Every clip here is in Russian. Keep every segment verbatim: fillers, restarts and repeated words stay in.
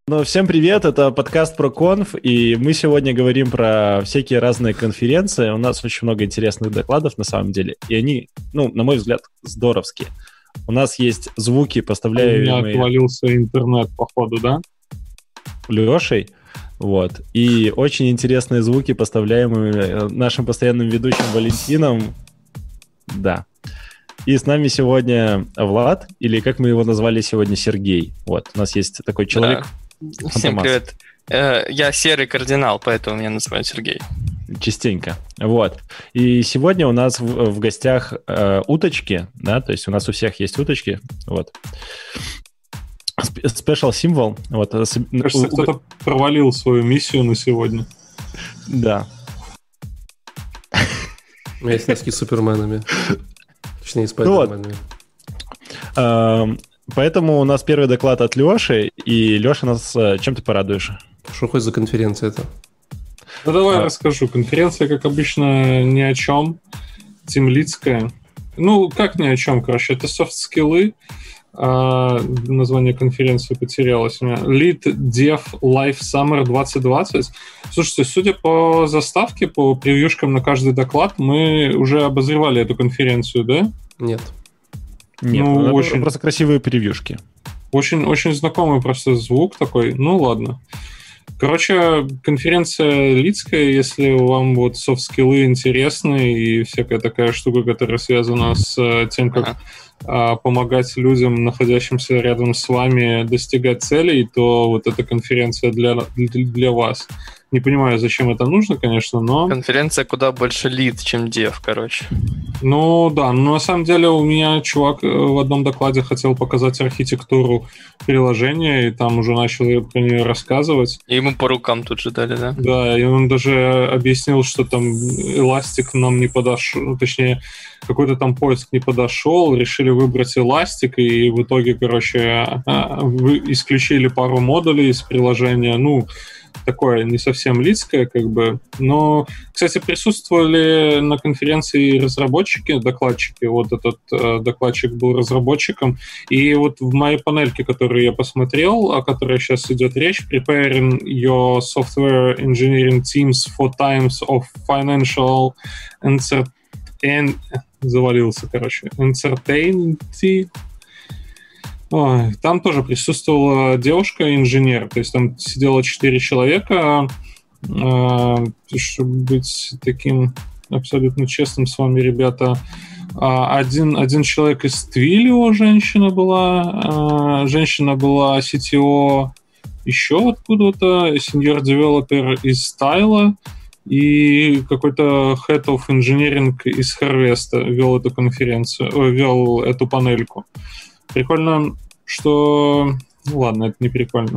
Ну, всем привет, это подкаст ProConf, и мы сегодня говорим про всякие разные конференции. У нас очень много интересных докладов, на самом деле, и они, ну, на мой взгляд, здоровские. У нас есть звуки, поставляемые... У меня отвалился интернет, походу, да? Лешей, вот, и очень интересные звуки, поставляемые нашим постоянным ведущим Валентином. Да. И с нами сегодня Влад, или как мы его назвали сегодня, Сергей. Вот, у нас есть такой человек... Да. Всем привет. Я серый кардинал, поэтому меня называют Сергей. Частенько. Вот. И сегодня у нас в, в гостях э, уточки, да, то есть у нас у всех есть уточки. Вот. Special символ. Вот. Кажется, у... кто-то провалил свою миссию на сегодня. Да. У меня есть носки с суперменами. Точнее, спайдерменами. Ну вот. Поэтому у нас первый доклад от Леши, и Леша, нас чем ты порадуешь? Что хоть за конференция это? Ну, давай а. расскажу. Конференция, как обычно, ни о чем. Тимлидская. Ну, как ни о чем, короче. Это софт-скиллы. А, название конференции потерялось у меня. Lead Dev Live Summer двадцать двадцать. Слушайте, судя по заставке, по превьюшкам на каждый доклад, мы уже обозревали эту конференцию, да? Нет. Нет, ну, очень, просто красивые превьюшки. Очень, очень знакомый просто звук такой. Ну, ладно. Короче, конференция лидская, если вам вот софт-скиллы интересны и всякая такая штука, которая связана с тем, как а, помогать людям, находящимся рядом с вами, достигать целей, то вот эта конференция для, для, для вас. Не понимаю, зачем это нужно, конечно, но... Конференция куда больше лид, чем дев, короче. Ну да, но на самом деле у меня чувак в одном докладе хотел показать архитектуру приложения, и там уже начал про нее рассказывать. И ему по рукам тут же дали, да? Да, и он даже объяснил, что там эластик нам не подошел, точнее, какой-то там поиск не подошел, решили выбрать эластик, и в итоге, короче, исключили пару модулей из приложения, ну... такое не совсем лидское, как бы. Но, кстати, присутствовали на конференции разработчики, докладчики. Вот этот э, докладчик был разработчиком. И вот в моей панельке, которую я посмотрел, о которой сейчас идет речь, Preparing your software engineering teams for times of financial uncertainty. Завалился, короче. Uncertainty. Ой, там тоже присутствовала девушка-инженер, то есть там сидело четыре человека. Чтобы быть таким абсолютно честным с вами, ребята, один, один человек из Twilio, женщина была, женщина была си ти о еще откуда-то, senior-девелопер из Style и какой-то head of engineering из Harvest вел эту конференцию, вел эту панельку. Прикольно, что... Ну ладно, это не прикольно.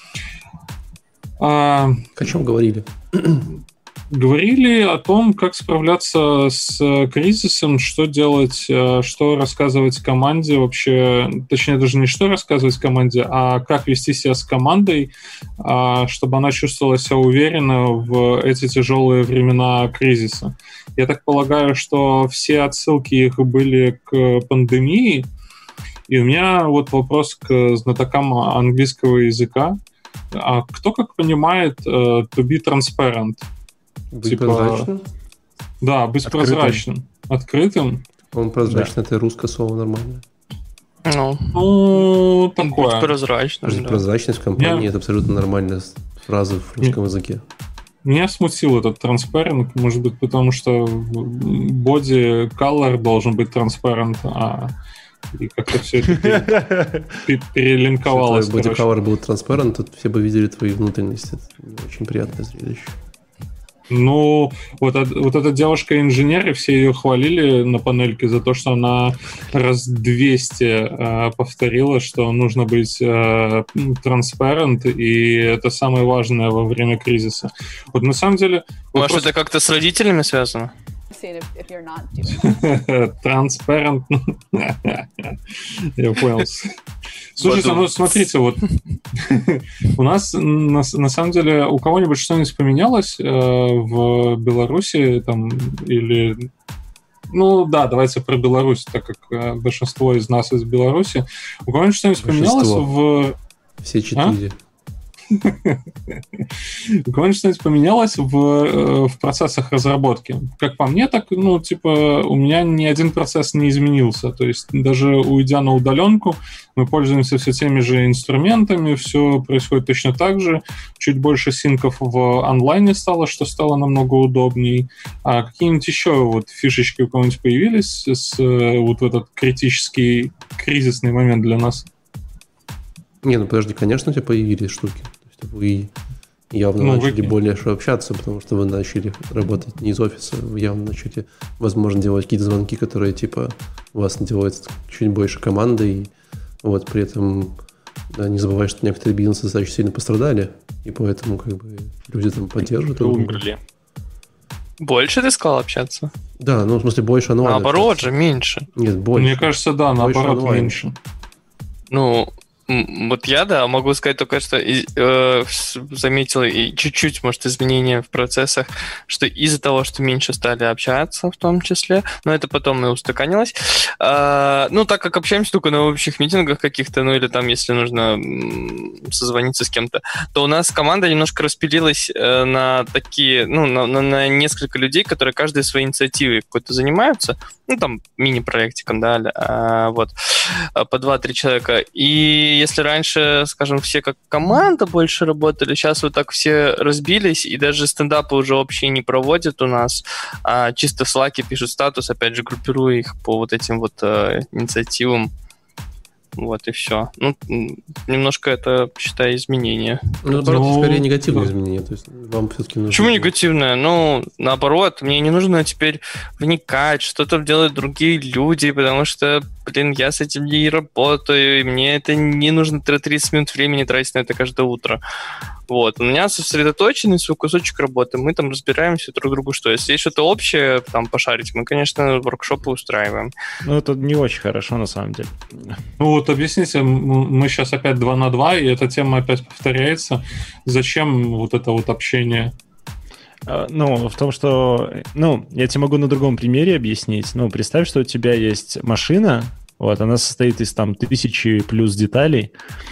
А... О чем говорили? Говорили о том, как справляться с кризисом, что делать, что рассказывать команде вообще. Точнее, даже не что рассказывать команде, а как вести себя с командой, чтобы она чувствовала себя уверенно в эти тяжелые времена кризиса. Я так полагаю, что все отсылки их были к пандемии. И у меня вот вопрос к знатокам английского языка. А кто как понимает uh, to be transparent? Быть типа, прозрачным? Да, быть Открытым. прозрачным. Открытым? Он прозрачный, да. Это русское слово нормально. Ну, ну такое. Быть прозрачным, Быть да. прозрачность в компании Меня... это абсолютно нормальная фраза в русском Меня... языке. Меня смутил этот transparent, может быть, потому что body color должен быть transparent, а и как-то все это перелинковалось. Если твой bodycolor был транспарент, то все бы видели твои внутренности. Это очень приятное зрелище. Ну, вот, вот эта девушка-инженер, и все ее хвалили на панельке за то, что она раз двести э, повторила, что нужно быть э, transparent, и это самое важное во время кризиса. Вот на самом деле... Может, вопрос... это как-то с родителями связано? Транспарент. Я понял. Слушайте, ну смотрите, вот у нас на, на самом деле у кого-нибудь что-нибудь поменялось э, в Беларуси там или... Ну да, давайте про Беларусь, так как э, большинство из нас из Беларуси. У кого-нибудь что-нибудь поменялось в... Все четыре. А? У кого-нибудь что-нибудь поменялось в, в процессах разработки? Как по мне, так, ну, типа, у меня ни один процесс не изменился. То есть даже уйдя на удаленку, мы пользуемся все теми же инструментами, все происходит точно так же. Чуть больше синков в онлайне стало, что стало намного удобней. А какие-нибудь еще вот фишечки у кого-нибудь появились с вот в этот критический, кризисный момент для нас? Не, ну подожди, конечно, у тебя появились штуки. То есть вы явно ну, начали вы... больше общаться, потому что вы начали работать не из офиса, вы явно начали, возможно, делать какие-то звонки, которые, типа, у вас делают чуть больше команды, и вот при этом да, не забывай, что некоторые бизнесы достаточно сильно пострадали, и поэтому как бы люди там поддерживают. Умерли. Больше ты сказал общаться? Да, ну в смысле больше онлайн. Наоборот же, меньше. Нет, больше. Мне кажется, да, больше наоборот, онлайн. меньше. Ну, вот я, да, могу сказать только, что э, заметил и чуть-чуть, может, изменения в процессах, что из-за того, что меньше стали общаться в том числе, но это потом и устаканилось. Э, ну, так как общаемся только на общих митингах каких-то, ну, или там, если нужно созвониться с кем-то, то у нас команда немножко распилилась э, на такие, ну, на, на, на несколько людей, которые каждый своей инициативой какой-то занимаются, ну, там, мини-проектиком, да, а, вот, по два-три человека. И если раньше, скажем, все как команда больше работали, сейчас вот так все разбились, и даже стендапы уже общие не проводят у нас, а чисто в Slack пишут статус, опять же, группируя их по вот этим вот э, инициативам. Вот и все. Ну, немножко это, считай, изменение. Ну, это ну, скорее негативное изменение. То есть вам все-таки нужно... Почему негативное? Ну, наоборот, мне не нужно теперь вникать, что там делают другие люди, потому что, блин, я с этим не работаю, и мне это не нужно тридцать минут времени тратить на это каждое утро. Вот. У меня сосредоточенный свой кусочек работы, мы там разбираемся друг другу, что если есть что-то общее, там, пошарить, мы, конечно, воркшопы устраиваем. Ну, это не очень хорошо, на самом деле. Ну, вот объясните, мы сейчас опять два на два, и эта тема опять повторяется. Зачем вот это вот общение? Ну, в том, что... Ну, я тебе могу на другом примере объяснить. Ну, представь, что у тебя есть машина, вот, она состоит из там тысячи плюс деталей,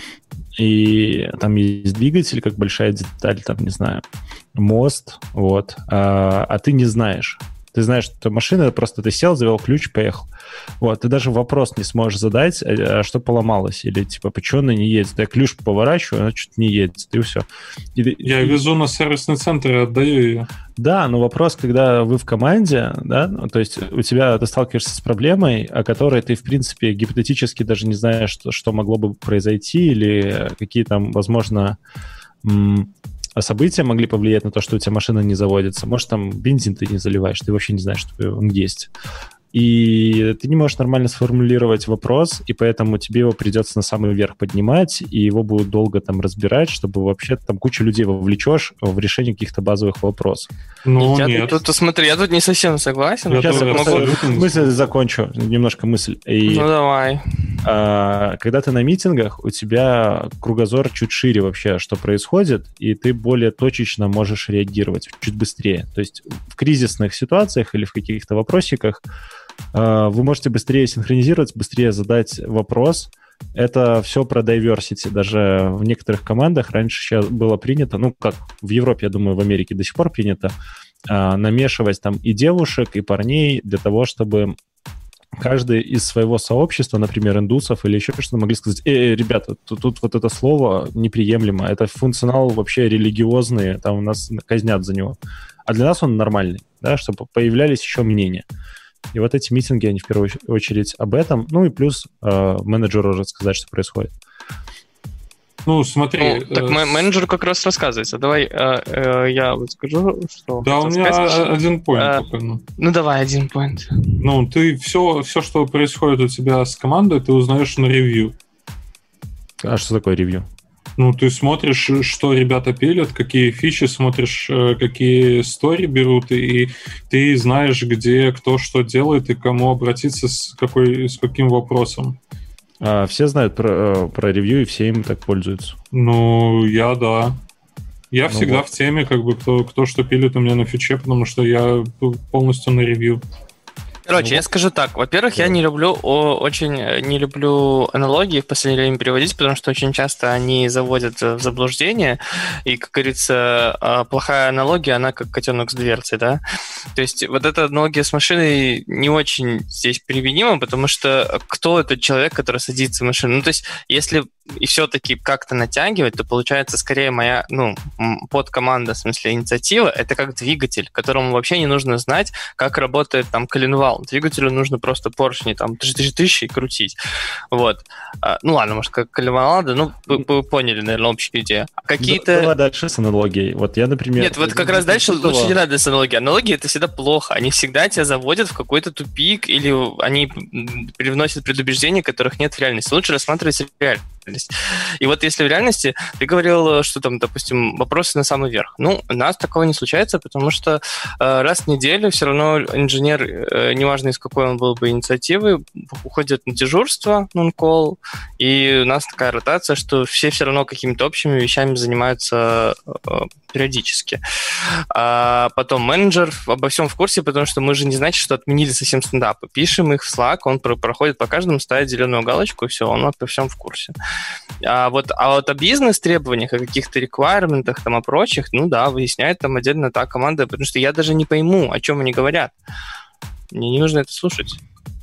и там есть двигатель, как большая деталь, там, не знаю, мост, вот, а, а ты не знаешь. Ты знаешь, что это машина, просто ты сел, завел ключ, поехал. Вот, ты даже вопрос не сможешь задать, а что поломалось, или типа, почему она не едет. Я ключ поворачиваю, она что-то не едет, и все. И, Я и... везу на сервисный центр и отдаю ее. Да, но вопрос, когда вы в команде, да, то есть у тебя ты сталкиваешься с проблемой, о которой ты, в принципе, гипотетически даже не знаешь, что, что могло бы произойти, или какие там, возможно, м- события могли повлиять на то, что у тебя машина не заводится. Может, там бензин ты не заливаешь, ты вообще не знаешь, что он есть. И ты не можешь нормально сформулировать вопрос, и поэтому тебе его придется на самый верх поднимать, и его будут долго там разбирать, чтобы вообще там кучу людей вовлечешь в решение каких-то базовых вопросов. Ну, я нет. Тут, тут, смотри, я тут не совсем согласен. Я Сейчас я могу... мысль закончу, немножко мысль. И, ну, давай. А, когда ты на митингах, у тебя кругозор чуть шире вообще, что происходит, и ты более точечно можешь реагировать, чуть быстрее. То есть в кризисных ситуациях или в каких-то вопросиках вы можете быстрее синхронизировать, быстрее задать вопрос. Это все про diversity. Даже в некоторых командах раньше сейчас было принято, ну, как в Европе, я думаю, в Америке до сих пор принято, намешивать там и девушек, и парней для того, чтобы каждый из своего сообщества, например, индусов или еще что-то, могли сказать: «Эй, ребята, тут, тут вот это слово неприемлемо, это функционал вообще религиозный, там у нас казнят за него». А для нас он нормальный, да, чтобы появлялись еще мнения. И вот эти митинги, они в первую очередь об этом. Ну и плюс э, менеджеру рассказать, что происходит. Ну, смотри... Ну, так э, менеджер как раз рассказывается. Давай э, э, я вот скажу, что... Да, у меня сказать. один поинт. Э, только, ну. ну, давай один поинт. Ну, ты все, все, что происходит у тебя с командой, ты узнаешь на ревью. А что такое ревью? Ну, ты смотришь, что ребята пилят, какие фичи, смотришь, какие стори берут, и ты знаешь, где кто что делает и кому обратиться с, какой, с каким вопросом. А все знают про, про ревью, и все им так пользуются? Ну, я да. Я ну всегда вот. в теме, как бы, кто, кто что пилит у меня на фиче, потому что я полностью на ревью. Короче, ну, я скажу так. Во-первых, да. я не люблю, о, очень не люблю аналогии в последнее время переводить, потому что очень часто они заводят в заблуждение, и, как говорится, плохая аналогия, она как котенок с дверцей, да? То есть вот эта аналогия с машиной не очень здесь применима, потому что кто этот человек, который садится в машину? Ну, то есть если и все-таки как-то натягивать, то получается скорее моя, ну, подкоманда, в смысле инициатива, это как двигатель, которому вообще не нужно знать, как работает там коленвал. Двигателю нужно просто поршни там тысячи-тысячи и крутить. Вот. А, ну ладно, может, как коленвал надо, ну, вы, вы поняли, наверное, общую идею. А какие-то... Давай дальше с аналогией. Вот я, например... Нет, вот как раз дальше что? Лучше не надо с аналогией. Аналогии — это всегда плохо. Они всегда тебя заводят в какой-то тупик, или они привносят предубеждения, которых нет в реальности. Лучше рассматривать реальность. И вот если в реальности ты говорил, что там, допустим, вопросы на самый верх. Ну, у нас такого не случается, потому что э, раз в неделю все равно инженер, э, неважно из какой он был бы инициативы, уходит на дежурство, нон-колл, и у нас такая ротация, что все все равно какими-то общими вещами занимаются э, периодически. А потом менеджер обо всем в курсе, потому что мы же не значит, что отменили совсем стендапы. Пишем их в Slack, он про- проходит по каждому, ставит зеленую галочку, и все, он обо всем в курсе. А вот, а вот о бизнес-требованиях, о каких-то реквайрментах, там, о прочих, ну да, выясняет там отдельно та команда, потому что я даже не пойму, о чем они говорят. Мне не нужно это слушать.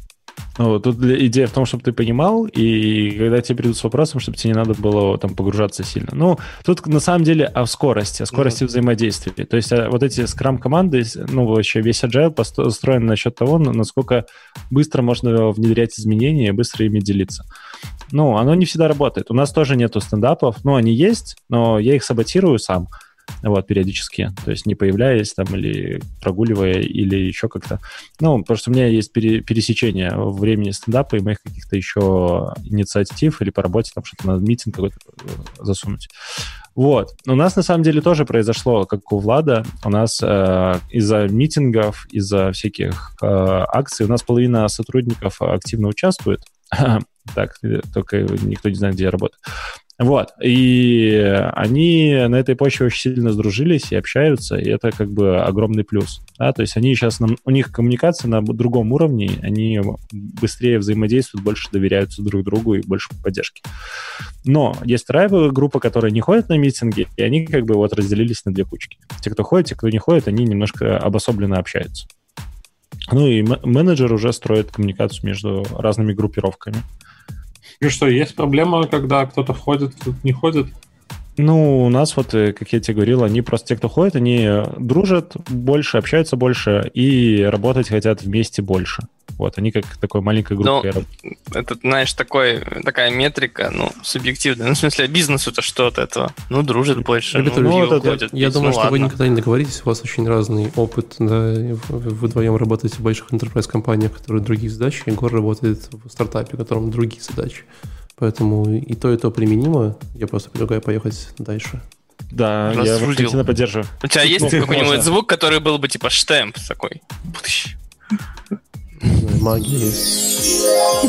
Ну, тут идея в том, чтобы ты понимал, и когда тебе придут с вопросом, чтобы тебе не надо было там погружаться сильно. Ну, тут на самом деле о скорости, о скорости mm-hmm. взаимодействия. То есть вот эти скрам-команды, ну, вообще весь agile построен насчет того, насколько быстро можно внедрять изменения и быстро ими делиться. Ну, оно не всегда работает. У нас тоже нету стендапов, ну, они есть, но я их саботирую сам. Вот, периодически, то есть не появляясь там или прогуливая, или еще как-то. Ну, потому что у меня есть пере- пересечение времени стендапа и моих каких-то еще инициатив или по работе там что-то надо митинг какой-то засунуть. Вот. У нас на самом деле тоже произошло, как у Влада, у нас э, из-за митингов, из-за всяких э, акций у нас половина сотрудников активно участвует. Так, только никто не знает, где я работаю. Вот, и они на этой почве очень сильно сдружились и общаются, и это как бы огромный плюс. Да? То есть они сейчас, у них коммуникация на другом уровне, они быстрее взаимодействуют, больше доверяются друг другу и больше поддержки. Но есть вторая группа, которая не ходит на митинги, и они как бы вот разделились на две кучки. Те, кто ходит, те, кто не ходит, они немножко обособленно общаются. Ну и менеджер уже строит коммуникацию между разными группировками. И что, есть проблема, когда кто-то входит, кто-то не ходит? Ну, у нас вот, как я тебе говорил, они просто, те, кто ходит, они дружат больше, общаются больше и работать хотят вместе больше. Вот, они как такой маленькой группой. Ну, это, знаешь, такой, такая метрика, ну, субъективная. Ну, в смысле, бизнесу-то что от этого? Ну, дружит больше, Ребята, ну, ну, это, уходят. Я пить, думаю, ну, что ладно. Вы никогда не договоритесь, у вас очень разный опыт, да, вы вдвоем работаете в больших enterprise-компаниях, которые другие задачи, и Егор работает в стартапе, в котором другие задачи. Поэтому и то, и то применимо. Я просто предлагаю поехать дальше. Да, я Валентина поддерживаю. У тебя есть ну, какой-нибудь можно. звук, который был бы типа штемп такой? Магия есть.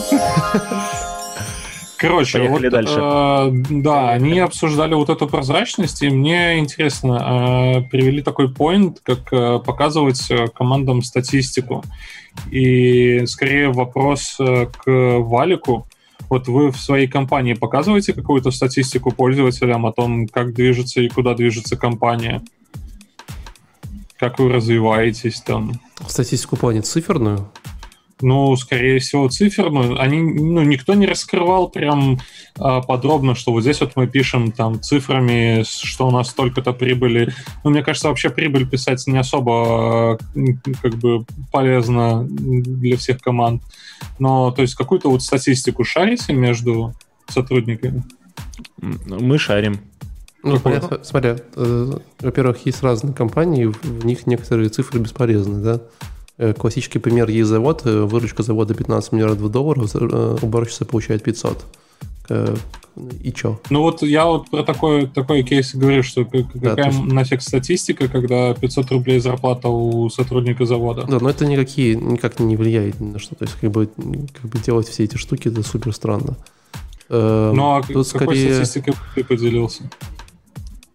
Короче, вот, дальше. Э, да, они обсуждали вот эту прозрачность, и мне интересно, э, привели такой поинт, как э, показывать командам статистику. И скорее вопрос э, к Валику. Вот вы в своей компании показываете какую-то статистику пользователям о том, как движется и куда движется компания? Как вы развиваетесь там? Статистику в плане циферную? Ну, скорее всего, циферную. Они, ну, никто не раскрывал прям а, подробно, что вот здесь вот мы пишем там цифрами, что у нас столько-то прибыли. Ну, мне кажется, вообще прибыль писать не особо как бы полезно для всех команд. Но, то есть, какую-то вот статистику шарите между сотрудниками? Мы шарим. Ну, понятно, смотря, э, во-первых, есть разные компании, в них некоторые цифры бесполезны, да? Классический пример, есть завод, выручка завода пятнадцать миллиардов долларов, уборщица получает пятьсот. И чё? Ну вот я вот про такой, такой кейс говорю, что какая да, нафиг статистика, когда пятьсот рублей зарплата у сотрудника завода. Да, но это никакие, никак не влияет ни на что. То есть как бы, как бы делать все эти штуки, это супер странно. Ну а Тут какой скорее... статистикой ты поделился?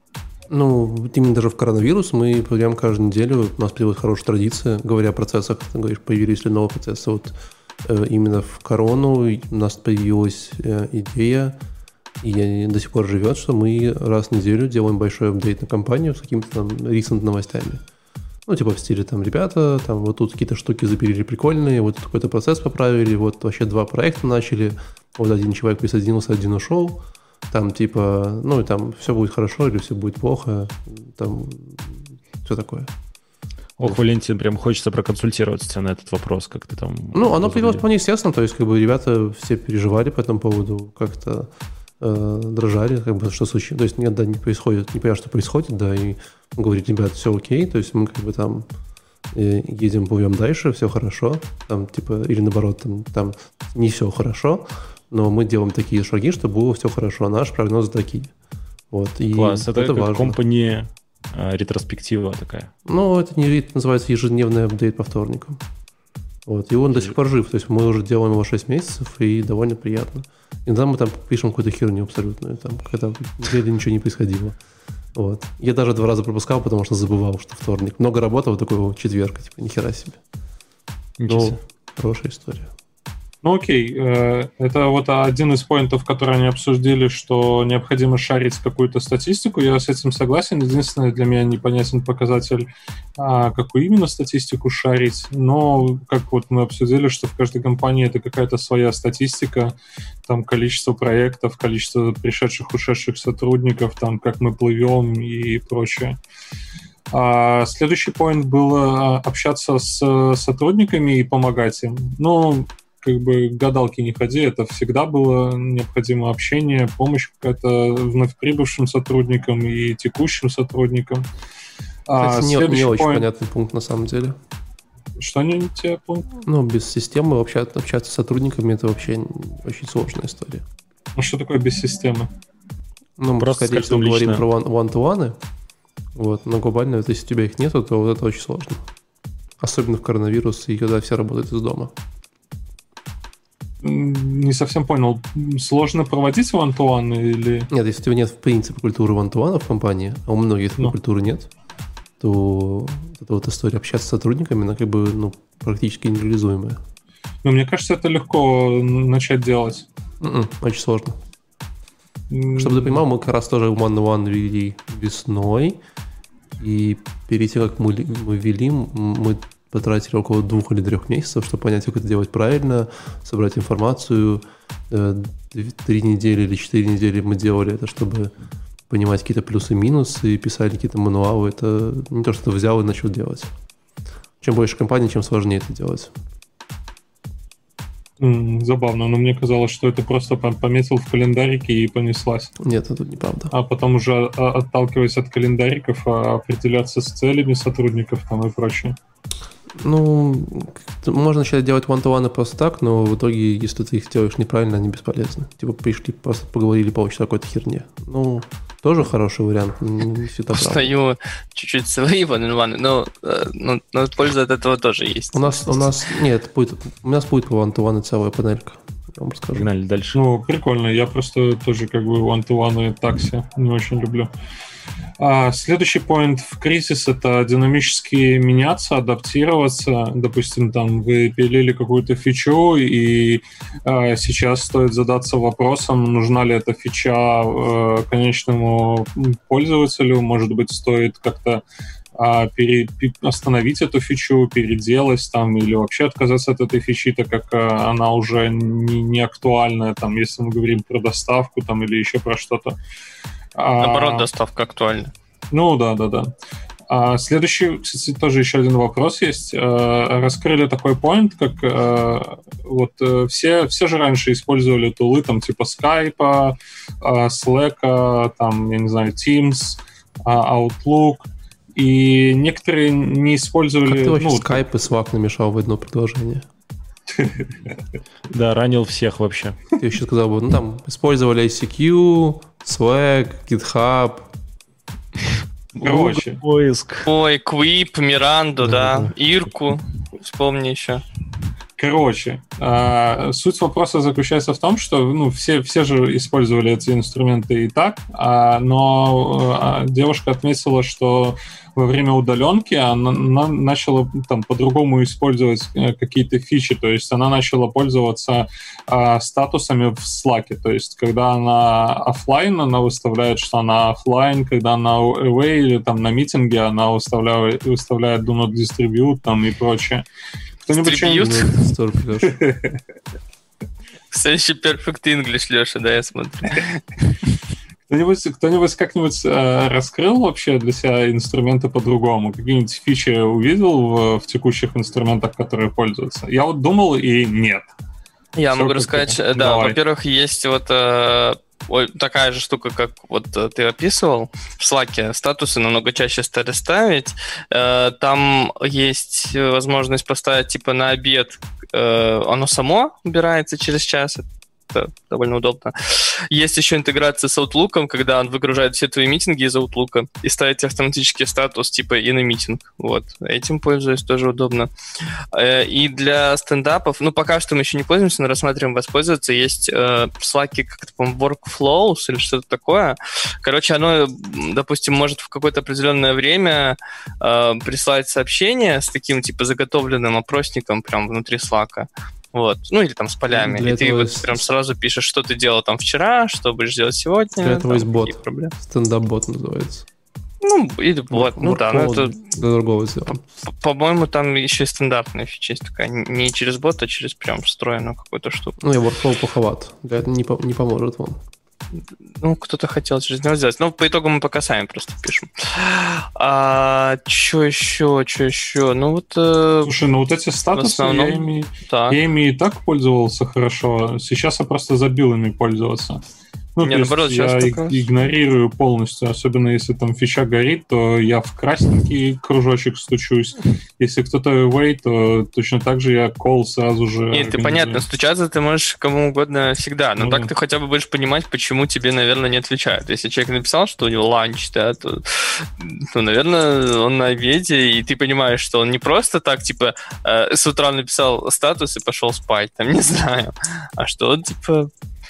Ну, именно даже в коронавирус мы проверяем каждую неделю. У нас появилась хорошая традиция, говоря о процессах, ты говоришь, появились ли новые процессы. Вот э, именно в корону у нас появилась э, идея, и до сих пор живет, что мы раз в неделю делаем большой апдейт на компанию с какими-то там recent новостями. Ну, типа в стиле там, ребята, там вот тут какие-то штуки запилили прикольные, вот тут какой-то процесс поправили, вот вообще два проекта начали, вот один человек присоединился, один ушел. Там типа, ну и там все будет хорошо или все будет плохо, там все такое. Ох, Валентин, прям хочется проконсультироваться тебя на этот вопрос, как ты там... Ну, оно появилось вполне естественно, то есть как бы ребята все переживали по этому поводу, как-то э, дрожали, как бы что случилось. То есть нет, да, не происходит, не понятно, что происходит, да, и говорит, ребят, все окей, то есть мы как бы там э, едем, плывем дальше, все хорошо, там типа, или наоборот, там, там не все хорошо, но мы делаем такие шаги, чтобы было все хорошо. Наши прогнозы такие. Вот. И класс, это, это важно. компания а, ретроспектива такая. Ну, это не это называется ежедневный апдейт по вторникам. Вот. И он до сих пор жив. То есть мы уже делаем его шесть месяцев, и довольно приятно. Иногда мы там пишем какую-то херню абсолютную, там, когда в деле ничего не происходило. Вот. Я даже два раза пропускал, потому что забывал, что вторник. Много работал, такой вот четверг, типа, нихера себе. Ну, хорошая история. Ну окей, это вот один из поинтов, которые они обсудили, что необходимо шарить какую-то статистику. Я с этим согласен. Единственное, для меня непонятен показатель, какую именно статистику шарить. Но, как вот мы обсудили, что в каждой компании это какая-то своя статистика, там количество проектов, количество пришедших, ушедших сотрудников, там как мы плывем и прочее. А следующий поинт был общаться с сотрудниками и помогать им. Ну, как бы гадалки не ходи, это всегда было необходимо общение, помощь какая-то вновь прибывшим сотрудникам и текущим сотрудникам. Кстати, а, не, не очень point... понятный пункт на самом деле. Что не те пункт? Ну, без системы общаться, общаться с сотрудниками это вообще очень сложная история. А что такое без системы? Ну, мы, просто скорее всего, говорим про one-to-one, вот, но глобально, если у тебя их нету, то вот это очень сложно. Особенно в коронавирус и когда все работают из дома. Не совсем понял. Сложно проводить one-to-one или... Нет, если у тебя нет в принципе культуры one-to-one в компании, а у многих такой no. культуры нет, то эта вот история общаться с сотрудниками, она как бы ну, практически нереализуемая. Ну, мне кажется, это легко начать делать. Mm-mm, очень сложно. Mm. Чтобы ты понимал, мы как раз тоже one-to-one вели весной, и перед тем, как мы, мы вели, мы потратили около двух или трех месяцев, чтобы понять, как это делать правильно, собрать информацию. Три недели или четыре недели мы делали это, чтобы понимать какие-то плюсы и минусы, писали какие-то мануалы. Это не то, что ты взял и начал делать. Чем больше компаний, чем сложнее это делать. Mm, забавно, но мне казалось, что это просто пометил в календарике и понеслась. Нет, это неправда. А потом уже, отталкиваясь от календариков, определяться с целями сотрудников там и прочее. Ну, можно начать делать one-to-one просто так, но в итоге, если ты их делаешь неправильно, они бесполезны. Типа пришли, просто поговорили полчаса о какой-то херне. Ну, тоже хороший вариант, не всегда правда. Устаю чуть-чуть свои one-on-one, но, но, но польза от этого тоже есть. У нас, у нас, нет, будет, у нас будет по one-to-one целая панелька. Я вам расскажу. Погнали дальше. Ну, прикольно, я просто тоже как бы one-to-one и такси не очень люблю. А следующий поинт в кризис — это динамически меняться, адаптироваться. Допустим, там вы пилили какую-то фичу, и а, сейчас стоит задаться вопросом, нужна ли эта фича а, конечному пользователю. Может быть, стоит как-то а, пере, остановить эту фичу, переделать там, или вообще отказаться от этой фичи, так как а, она уже не, не актуальная, там, если мы говорим про доставку там, или еще про что-то. Наоборот, доставка актуальна. Ну да, да, да. А следующий, кстати, тоже еще один вопрос есть. А, раскрыли такой поинт, как а, вот все, все же раньше использовали тулы там типа Skype, а, Slack, там, я не знаю, Teams, а, Outlook, и некоторые не использовали... Как ты вообще ну, Skype и Slack намешал в одно предложение? Да, ранил всех вообще. Я еще сказал бы, ну там использовали ай си кью, Slack, GitHub, Короче. Поиск. Ой, Quip, Миранду, да, да. Ирку, вспомни еще. Короче, э, суть вопроса заключается в том, что ну, все, все же использовали эти инструменты и так, а, но э, девушка отметила, что во время удаленки она, она начала там по-другому использовать какие-то фичи, то есть она начала пользоваться э, статусами в Slack, то есть когда она офлайн, она выставляет, что она офлайн, когда она away или там на митинге, она выставляет, выставляет do not distribute там и прочее. Кто-нибудь Distribute? Следующий Perfect English, Леша, да, я смотрю. Кто-нибудь, кто-нибудь как-нибудь э, раскрыл вообще для себя инструменты по-другому? Какие-нибудь фичи увидел в, в текущих инструментах, которые пользуются? Я вот думал, и нет. Я Все могу рассказать, да, Давай. Во-первых, есть вот э, такая же штука, как вот ты описывал, в Slack статусы намного чаще стали ставить. Э, там есть возможность поставить типа на обед, э, оно само убирается через час, это довольно удобно. Есть еще интеграция с Outlook, когда он выгружает все твои митинги из Outlook и ставит автоматически статус типа in a meeting. Вот. Этим пользуюсь, тоже удобно. И для стендапов, ну, пока что мы еще не пользуемся, но рассматриваем воспользоваться. Есть э, в Slack как-то, по-моему, workflows или что-то такое. Короче, оно, допустим, может в какое-то определенное время э, прислать сообщение с таким, типа, заготовленным опросником прям внутри Slack. Вот, ну или там с полями. Для и ты вот есть... прям сразу пишешь, что ты делал там вчера, что будешь делать сегодня. Для этого есть бот. Стендап-бот называется. Ну, или бот, ну да. Ну, это... Для другого сделано. По-моему, там еще и стандартная фича есть такая. Не через бот, а через прям встроенную какую-то штуку. Ну, и workflow плоховат. Для этого не, по- не поможет вам. Ну, кто-то хотел через него сделать. Но по итогу мы пока сами просто пишем. А что еще? Что еще? Ну вот... Слушай, ну вот эти статусы, основном... я, ими, я ими и так пользовался хорошо. Сейчас я просто забил ими пользоваться. Ну, не, наоборот, я игнорирую полностью, особенно если там фича горит, то я в красненький кружочек стучусь. Если кто-то away, то точно так же я call сразу же. Нет, ты понятно, стучаться ты можешь кому угодно всегда, но ну, так да. Ты хотя бы будешь понимать, почему тебе, наверное, не отвечают. Если человек написал, что у него ланч, да, то, ну, наверное, он на обеде, и ты понимаешь, что он не просто так, типа, э, с утра написал статус и пошел спать, там, не знаю, а что он, типа...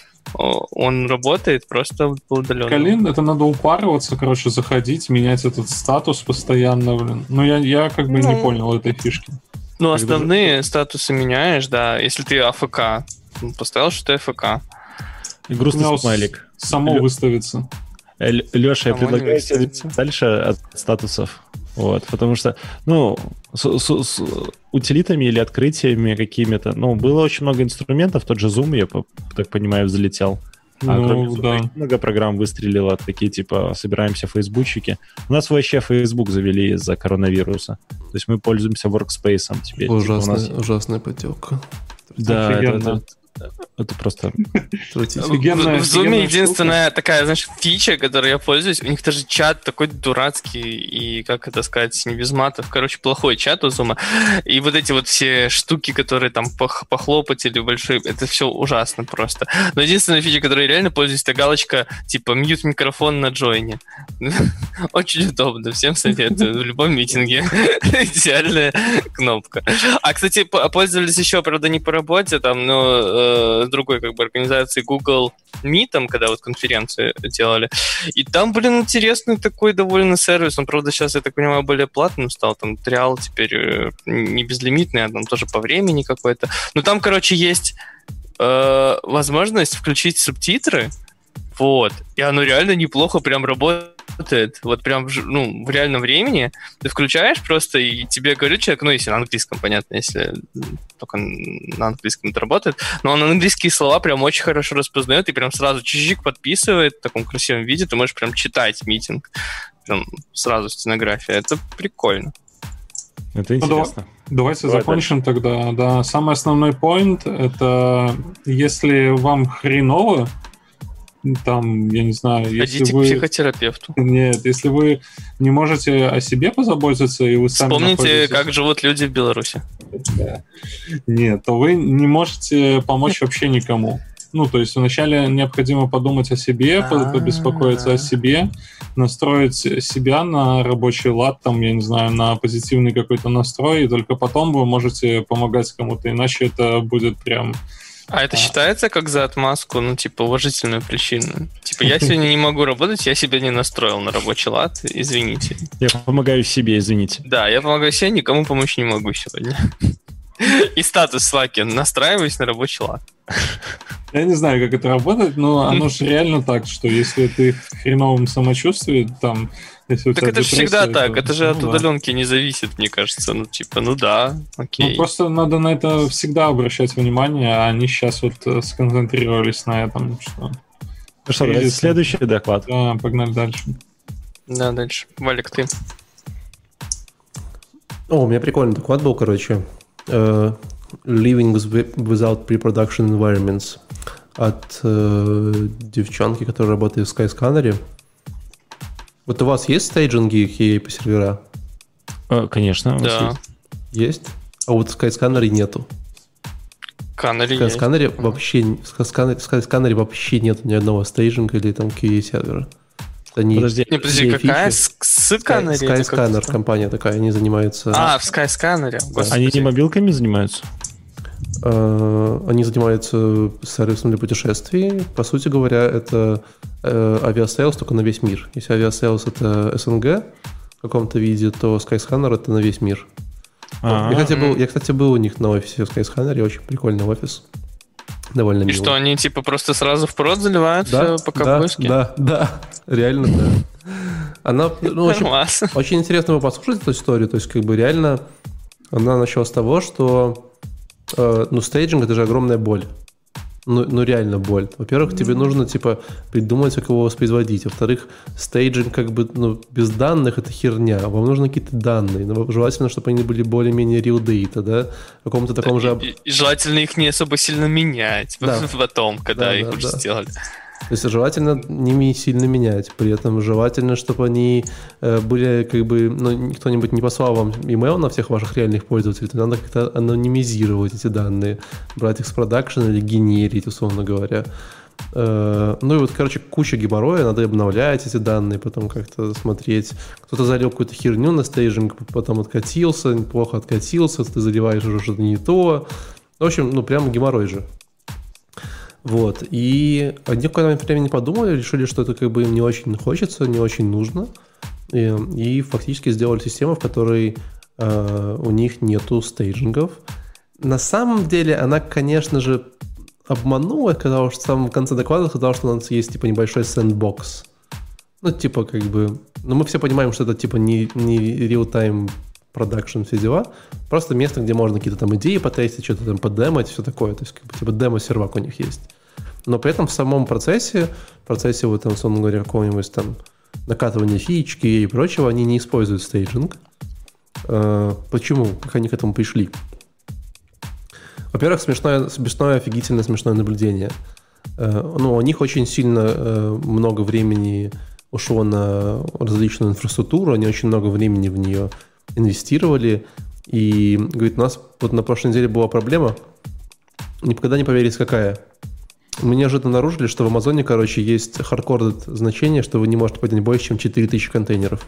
Он работает просто по удаленному. Калин, это надо упарываться, короче, заходить, менять этот статус постоянно, блин. Ну, я, я как бы ну, не понял этой фишки. Ну, как основные даже... статусы меняешь, да. Если ты АФК, поставил, что ты АФК. И грустный смайлик. Само Лё... выставится. Леша, я предлагаю дальше от статусов. Вот, потому что, ну, с, с, с утилитами или открытиями какими-то, ну, было очень много инструментов, тот же Zoom, я так понимаю, взлетел. А ну, кроме Zoom, да. много программ выстрелило, такие, типа, собираемся фейсбучики. У нас вообще Facebook завели из-за коронавируса. То есть мы пользуемся Workspace теперь. Ужасная, типа, нас... ужасная подделка. Да, это, это, это просто... В, в Zoom единственная штука. Такая, знаешь, фича, которой я пользуюсь, у них даже чат такой дурацкий и, как это сказать, не без матов. Короче, плохой чат у Zoom. И вот эти вот все штуки, которые там пох- похлопать или большой, это все ужасно просто. Но единственная фича, которой я реально пользуюсь, это галочка типа мьют микрофон на джойне. Очень удобно, всем советую. В любом митинге. Идеальная кнопка. А, кстати, пользовались еще, правда, не по работе, там, но с другой как бы организации Google Meet, когда вот конференции делали. И там, блин, интересный такой довольно сервис. Он, правда, сейчас, я так понимаю, более платным стал. Там триал теперь не безлимитный, а там тоже по времени какой-то. Но там, короче, есть э, возможность включить субтитры. Вот. И оно реально неплохо прям работает. Вот прям ну, в реальном времени. Ты включаешь просто, и тебе говорит человек, ну, если на английском, понятно, если только на английском это работает, но он английские слова прям очень хорошо распознает и прям сразу чик-чик подписывает в таком красивом виде. Ты можешь прям читать митинг. Прям сразу стенография. Это прикольно. Это интересно. Ну, давайте Давай закончим дальше. Тогда. Да, самый основной поинт — это если вам хреново, там, я не знаю... Ходите если к вы... психотерапевту. Нет, если вы не можете о себе позаботиться, и вы сами Вспомните, находитесь... как живут люди в Беларуси. Нет, то вы не можете помочь вообще никому. Ну, то есть вначале необходимо подумать о себе, А-а-а. побеспокоиться о себе, настроить себя на рабочий лад, там, я не знаю, на позитивный какой-то настрой, и только потом вы можете помогать кому-то, иначе это будет прям... А это а. считается как за отмазку, ну, типа, уважительную причину? Типа, я сегодня не могу работать, я себя не настроил на рабочий лад, извините. Я помогаю себе, извините. Да, я помогаю себе, никому помочь не могу сегодня. И статус в Slack: настраиваюсь на рабочий лад. Я не знаю, как это работает, но оно же реально так, что если ты в хреновом самочувствии, там... Если у так это же всегда то, так, это же ну, от да. удаленки не зависит, мне кажется. Ну, типа, ну да, окей. Ну, просто надо на это всегда обращать внимание, а они сейчас вот сконцентрировались на этом, что... Ну что, давайте следующий доклад. Да, погнали дальше. Да, дальше. Валик, ты. О, у меня прикольный доклад был, короче. Uh, Living without pre-production environments от uh, девчонки, которая работает в Skyscanner. Вот у вас есть стейджинги и кей эй пи сервера? Uh, конечно. Да. Есть? А вот в Skyscanner нету. В Skyscanner вообще, в Skyscanner вообще нет ни одного стейджинга или там кей эй сервера. Они подожди, не, подожди, какая? Skyscanner? Skyscanner компания такая, они занимаются... А, в Skyscanner. Да. Они не мобилками занимаются? Uh, они занимаются сервисом для путешествий. По сути говоря, это uh, авиасейлс только на весь мир. Если авиасейлс это эс эн гэ в каком-то виде, то Skyscanner это на весь мир. Я кстати, был, я, кстати, был у них на офисе в Skyscanner, очень прикольный офис. Довольно И милый. что, они типа просто сразу в прод заливают да, все по-ковбойски? Да, да, да, реально, да. Она, ну, очень, очень интересно послушать эту историю, то есть как бы реально она начала с того, что э, ну, стейджинг — это же огромная боль. Ну, ну реально боль. Во-первых, mm-hmm. тебе нужно типа придумать, как его воспроизводить. Во-вторых, стейджинг как бы ну, без данных — это херня. Вам нужны какие-то данные. Но желательно, чтобы они были более-менее real data, да? В каком-то таком же... И, и желательно их не особо сильно менять да. потом, когда да, их да, уже да. сделали. То есть желательно ними сильно менять. При этом желательно, чтобы они э, были как бы... Ну, кто-нибудь не послал вам email на всех ваших реальных пользователей, то надо как-то анонимизировать эти данные, брать их с продакшена или генерить, условно говоря. Э, ну и вот, короче, куча геморроя, надо обновлять эти данные, потом как-то смотреть. Кто-то залил какую-то херню на стейджинг, потом откатился, плохо откатился, ты заливаешь уже что-то не то. В общем, ну прям геморрой же. Вот, и они в какое-то время подумали, решили, что это как бы им не очень хочется, не очень нужно, и, и фактически сделали систему, в которой э, у них нету стейджингов. На самом деле она, конечно же, обманула, сказала, что в самом конце доклада сказала, что у нас есть типа небольшой сэндбокс. Ну, типа как бы... Ну, мы все понимаем, что это типа не, не real-time продакшн, все дела. Просто место, где можно какие-то там идеи потестить, что-то там подемать, все такое. То есть, как бы, типа, демо-сервак у них есть. Но при этом в самом процессе, в процессе, вот, там, условно говоря, какого-нибудь там накатывания фички и прочего, они не используют стейджинг. Uh, почему? Как они к этому пришли? Во-первых, смешное, смешное, офигительно смешное наблюдение. Uh, ну, у них очень сильно uh, много времени ушло на различную инфраструктуру, они очень много времени в нее инвестировали, и, говорит, у нас вот на прошлой неделе была проблема, никогда не поверите, какая. Мы неожиданно обнаружили, что в Амазоне, короче, есть хардкорд значение, что вы не можете поднять больше, чем четыре тысячи контейнеров.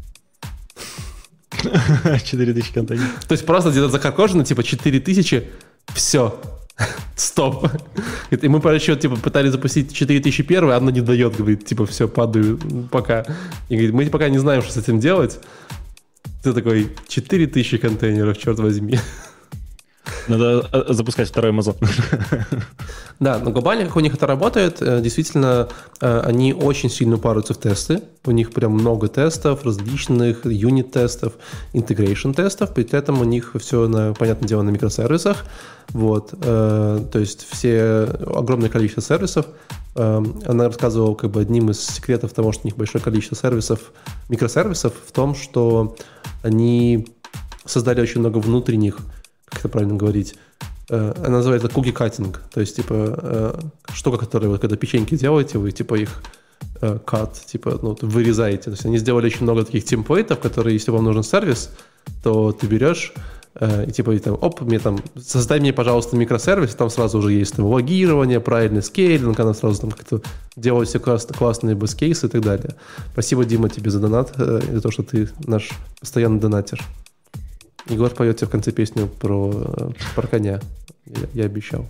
четыре тысячи контейнеров. То есть просто где-то захардкоржено, типа четыре тысячи, все, стоп. И мы, короче, типа пытались запустить четыре тысячи первый, а оно не дает, говорит, типа, все, падаю, пока. И говорит, мы пока не знаем, что с этим делать. Ты такой, четыре тысячи контейнеров, черт возьми. Надо запускать второй Amazon. Да, но глобально, как у них это работает, действительно, они очень сильно упарываются в тесты. У них прям много тестов, различных юнит-тестов, интегрейшн-тестов. При этом у них все, на, понятное дело, на микросервисах. Вот. То есть все, огромное количество сервисов. Она рассказывала, как бы, одним из секретов того, что у них большое количество сервисов, микросервисов, в том, что они создали очень много внутренних, как это правильно говорить, она называется cookie-cutting, то есть, типа, штука, которая вы когда печеньки делаете, вы, типа, их cut, типа, ну, вырезаете. То есть они сделали очень много таких темплейтов, которые, если вам нужен сервис, то ты берешь, И типа, и там, оп, мне там, создай мне, пожалуйста, микросервис, там сразу уже есть там логирование, правильный скейлинг, она сразу там как-то делает все класс, классные бэст-кейсы и так далее. Спасибо, Дима, тебе за донат, за то, что ты наш постоянный донатер. Егор поет тебе в конце песню про, про коня, я, я обещал.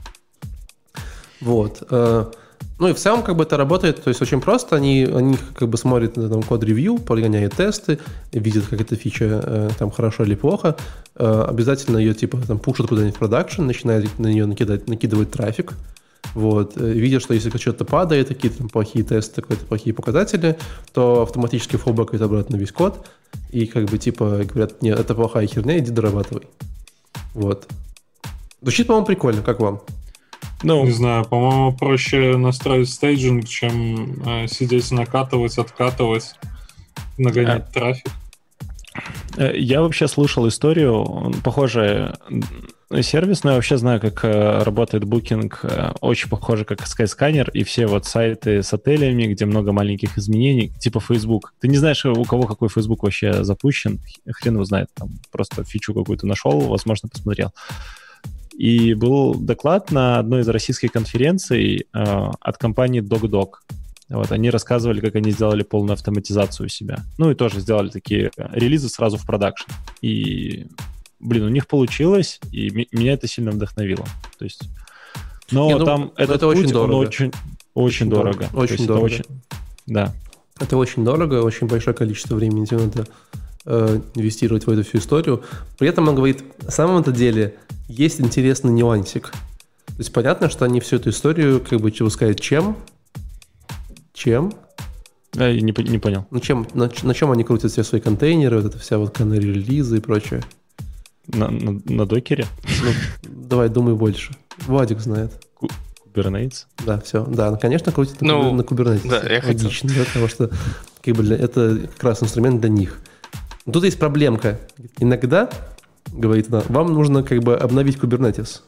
Вот. Ну и в целом как бы это работает, то есть очень просто, они, они как бы смотрят на там, код-ревью, прогоняют тесты, видят, как эта фича там хорошо или плохо, обязательно ее типа там пушат куда-нибудь в продакшн, начинают на нее накидать, накидывать трафик, вот, видят, что если что-то падает, какие-то там плохие тесты, какие-то плохие показатели, то автоматически фоллбэкают обратно весь код, и как бы типа говорят, нет, это плохая херня, иди дорабатывай. Вот. Звучит, по-моему, прикольно, как вам? Ну, не знаю, по-моему, проще настроить стейджинг, чем э, сидеть накатывать, откатывать, нагонять а... трафик. Я вообще слышал историю, похожая сервис, но я вообще знаю, как работает Booking, очень похоже, как Skyscanner, и все вот сайты с отелями, где много маленьких изменений, типа Facebook. Ты не знаешь, у кого какой Facebook вообще запущен, хрен его знает, там просто фичу какую-то нашел, возможно, посмотрел. И был доклад на одной из российских конференций э, от компании DocDoc. Вот, они рассказывали, как они сделали полную автоматизацию у себя. Ну и тоже сделали такие релизы сразу в продакшн. И, блин, у них получилось, и ми- меня это сильно вдохновило. То есть, но Не, ну, там этот это путь, очень дорого. Он очень, очень дорого. Очень дорого. Очень, да. Это очень дорого, очень большое количество времени тебе надо э, инвестировать в эту всю историю. При этом он говорит, на самом-то деле есть интересный нюансик. То есть понятно, что они всю эту историю как бы выпускают чем? Чем? Я не, не понял. Ну, чем, на, на чем они крутят все свои контейнеры, вот это вся вот канари-релизы и прочее? На, на, на докере? Ну, давай, думай больше. Владик знает. Kubernetes? Да, все. Да, конечно, крутят на, ну, на Kubernetes. Да, я Логично, да, потому что как бы, это как раз инструмент для них. Но тут есть проблемка. Иногда, говорит она, вам нужно как бы обновить Kubernetes.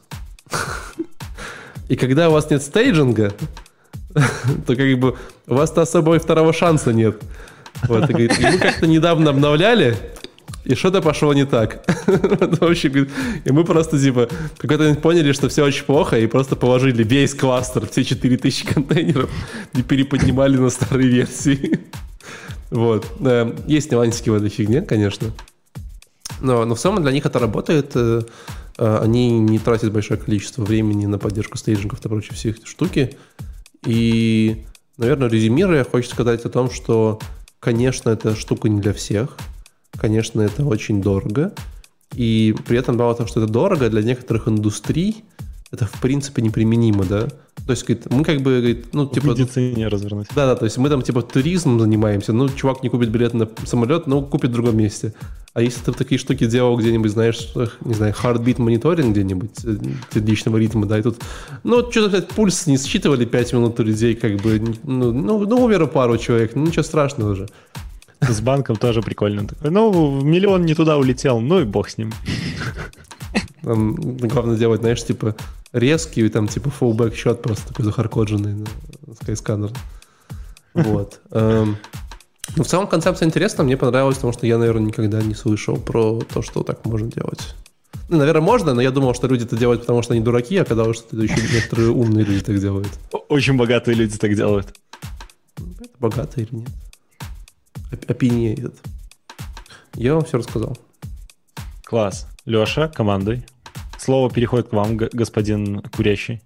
И когда у вас нет стейджинга, то как бы у вас-то особо и второго шанса нет. Вот, и, говорит, и мы как-то недавно обновляли, и что-то пошло не так. Вообще, и мы просто типа в какой-то момент поняли, что все очень плохо, и просто положили весь кластер, все четыре тысячи контейнеров, и переподнимали на старые версии. Вот. Есть нюансики в этой фигне, конечно. Но, но в целом для них это работает. Они не тратят большое количество времени на поддержку стейджингов и прочие все эти штуки. И, наверное, резюмируя, хочется сказать о том, что, конечно, эта штука не для всех. Конечно, это очень дорого. И при этом, мало того, что это дорого, для некоторых индустрий это, в принципе, неприменимо, да? То есть, говорит, мы как бы, говорит, ну, типа... В медицине развернуть. Да-да, то есть мы там, типа, туризмом занимаемся, ну, чувак не купит билет на самолет, но купит в другом месте. А если ты такие штуки делал где-нибудь, знаешь, не знаю, heartbeat мониторинг где-нибудь, сердечного ритма, да, и тут, ну, что-то, блядь, пульс не считывали пять минут у людей, как бы, ну, ну, ну умерло пару человек, ну, ничего страшного же. С банком тоже прикольно. Ну, миллион не туда улетел, ну и бог с ним. Там главное делать, знаешь, типа резкий, там типа fallback счет просто такой захаркодженный на Skyscanner. Вот. Ну, в целом концепция интересна, мне понравилась, потому что я, наверное, никогда не слышал про то, что так можно делать. Ну, наверное, можно, но я думал, что люди это делают, потому что они дураки, а оказалось, что это еще некоторые умные люди так делают. Очень богатые люди так делают. Это богатые или нет? Опинеет. Я вам все рассказал. Класс. Леша, командуй. Слово переходит к вам, господин Курящий.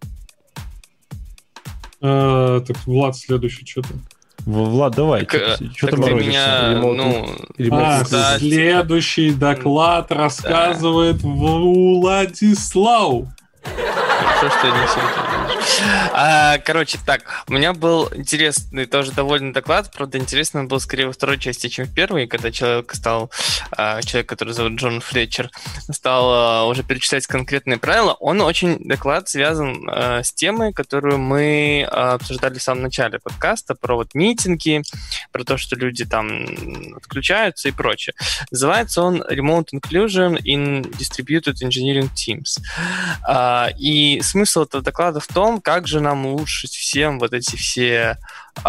А, так, Влад, следующий что-то. Влад, давай. Так, что так ты для меня, ремонт, ну... Ремонт. А, да, следующий доклад да. рассказывает Владислав. Хорошо, что я не все это а, короче, так, у меня был интересный, тоже довольно доклад, правда, интересный он был скорее во второй части, чем в первой, когда человек стал, а, человек, который зовут Джон Флетчер, стал а, уже перечислять конкретные правила. Он очень, доклад связан а, с темой, которую мы а, обсуждали в самом начале подкаста, про вот митинги, про то, что люди там отключаются и прочее. Называется он Remote Inclusion in Distributed Engineering Teams. А, и смысл этого доклада в том, как же нам улучшить всем вот эти все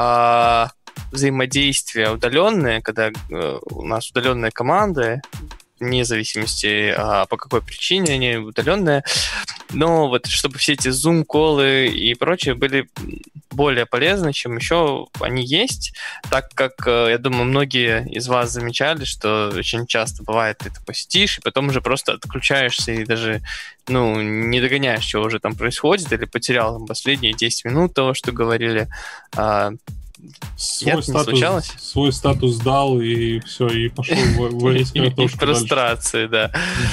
а, взаимодействия удаленные, когда а, у нас удаленные команды, вне зависимости, а, по какой причине они удаленные. Но вот чтобы все эти Zoom-колы и прочее были более полезны, чем еще они есть, так как, я думаю, многие из вас замечали, что очень часто бывает, ты такой сидишь, и потом уже просто отключаешься и даже ну, не догоняешь, что уже там происходит, или потерял там, последние десять минут того, что говорили. А, свой, нет, статус, не случалось? Свой статус дал, и все, и пошел варить картошку. И прострации, да.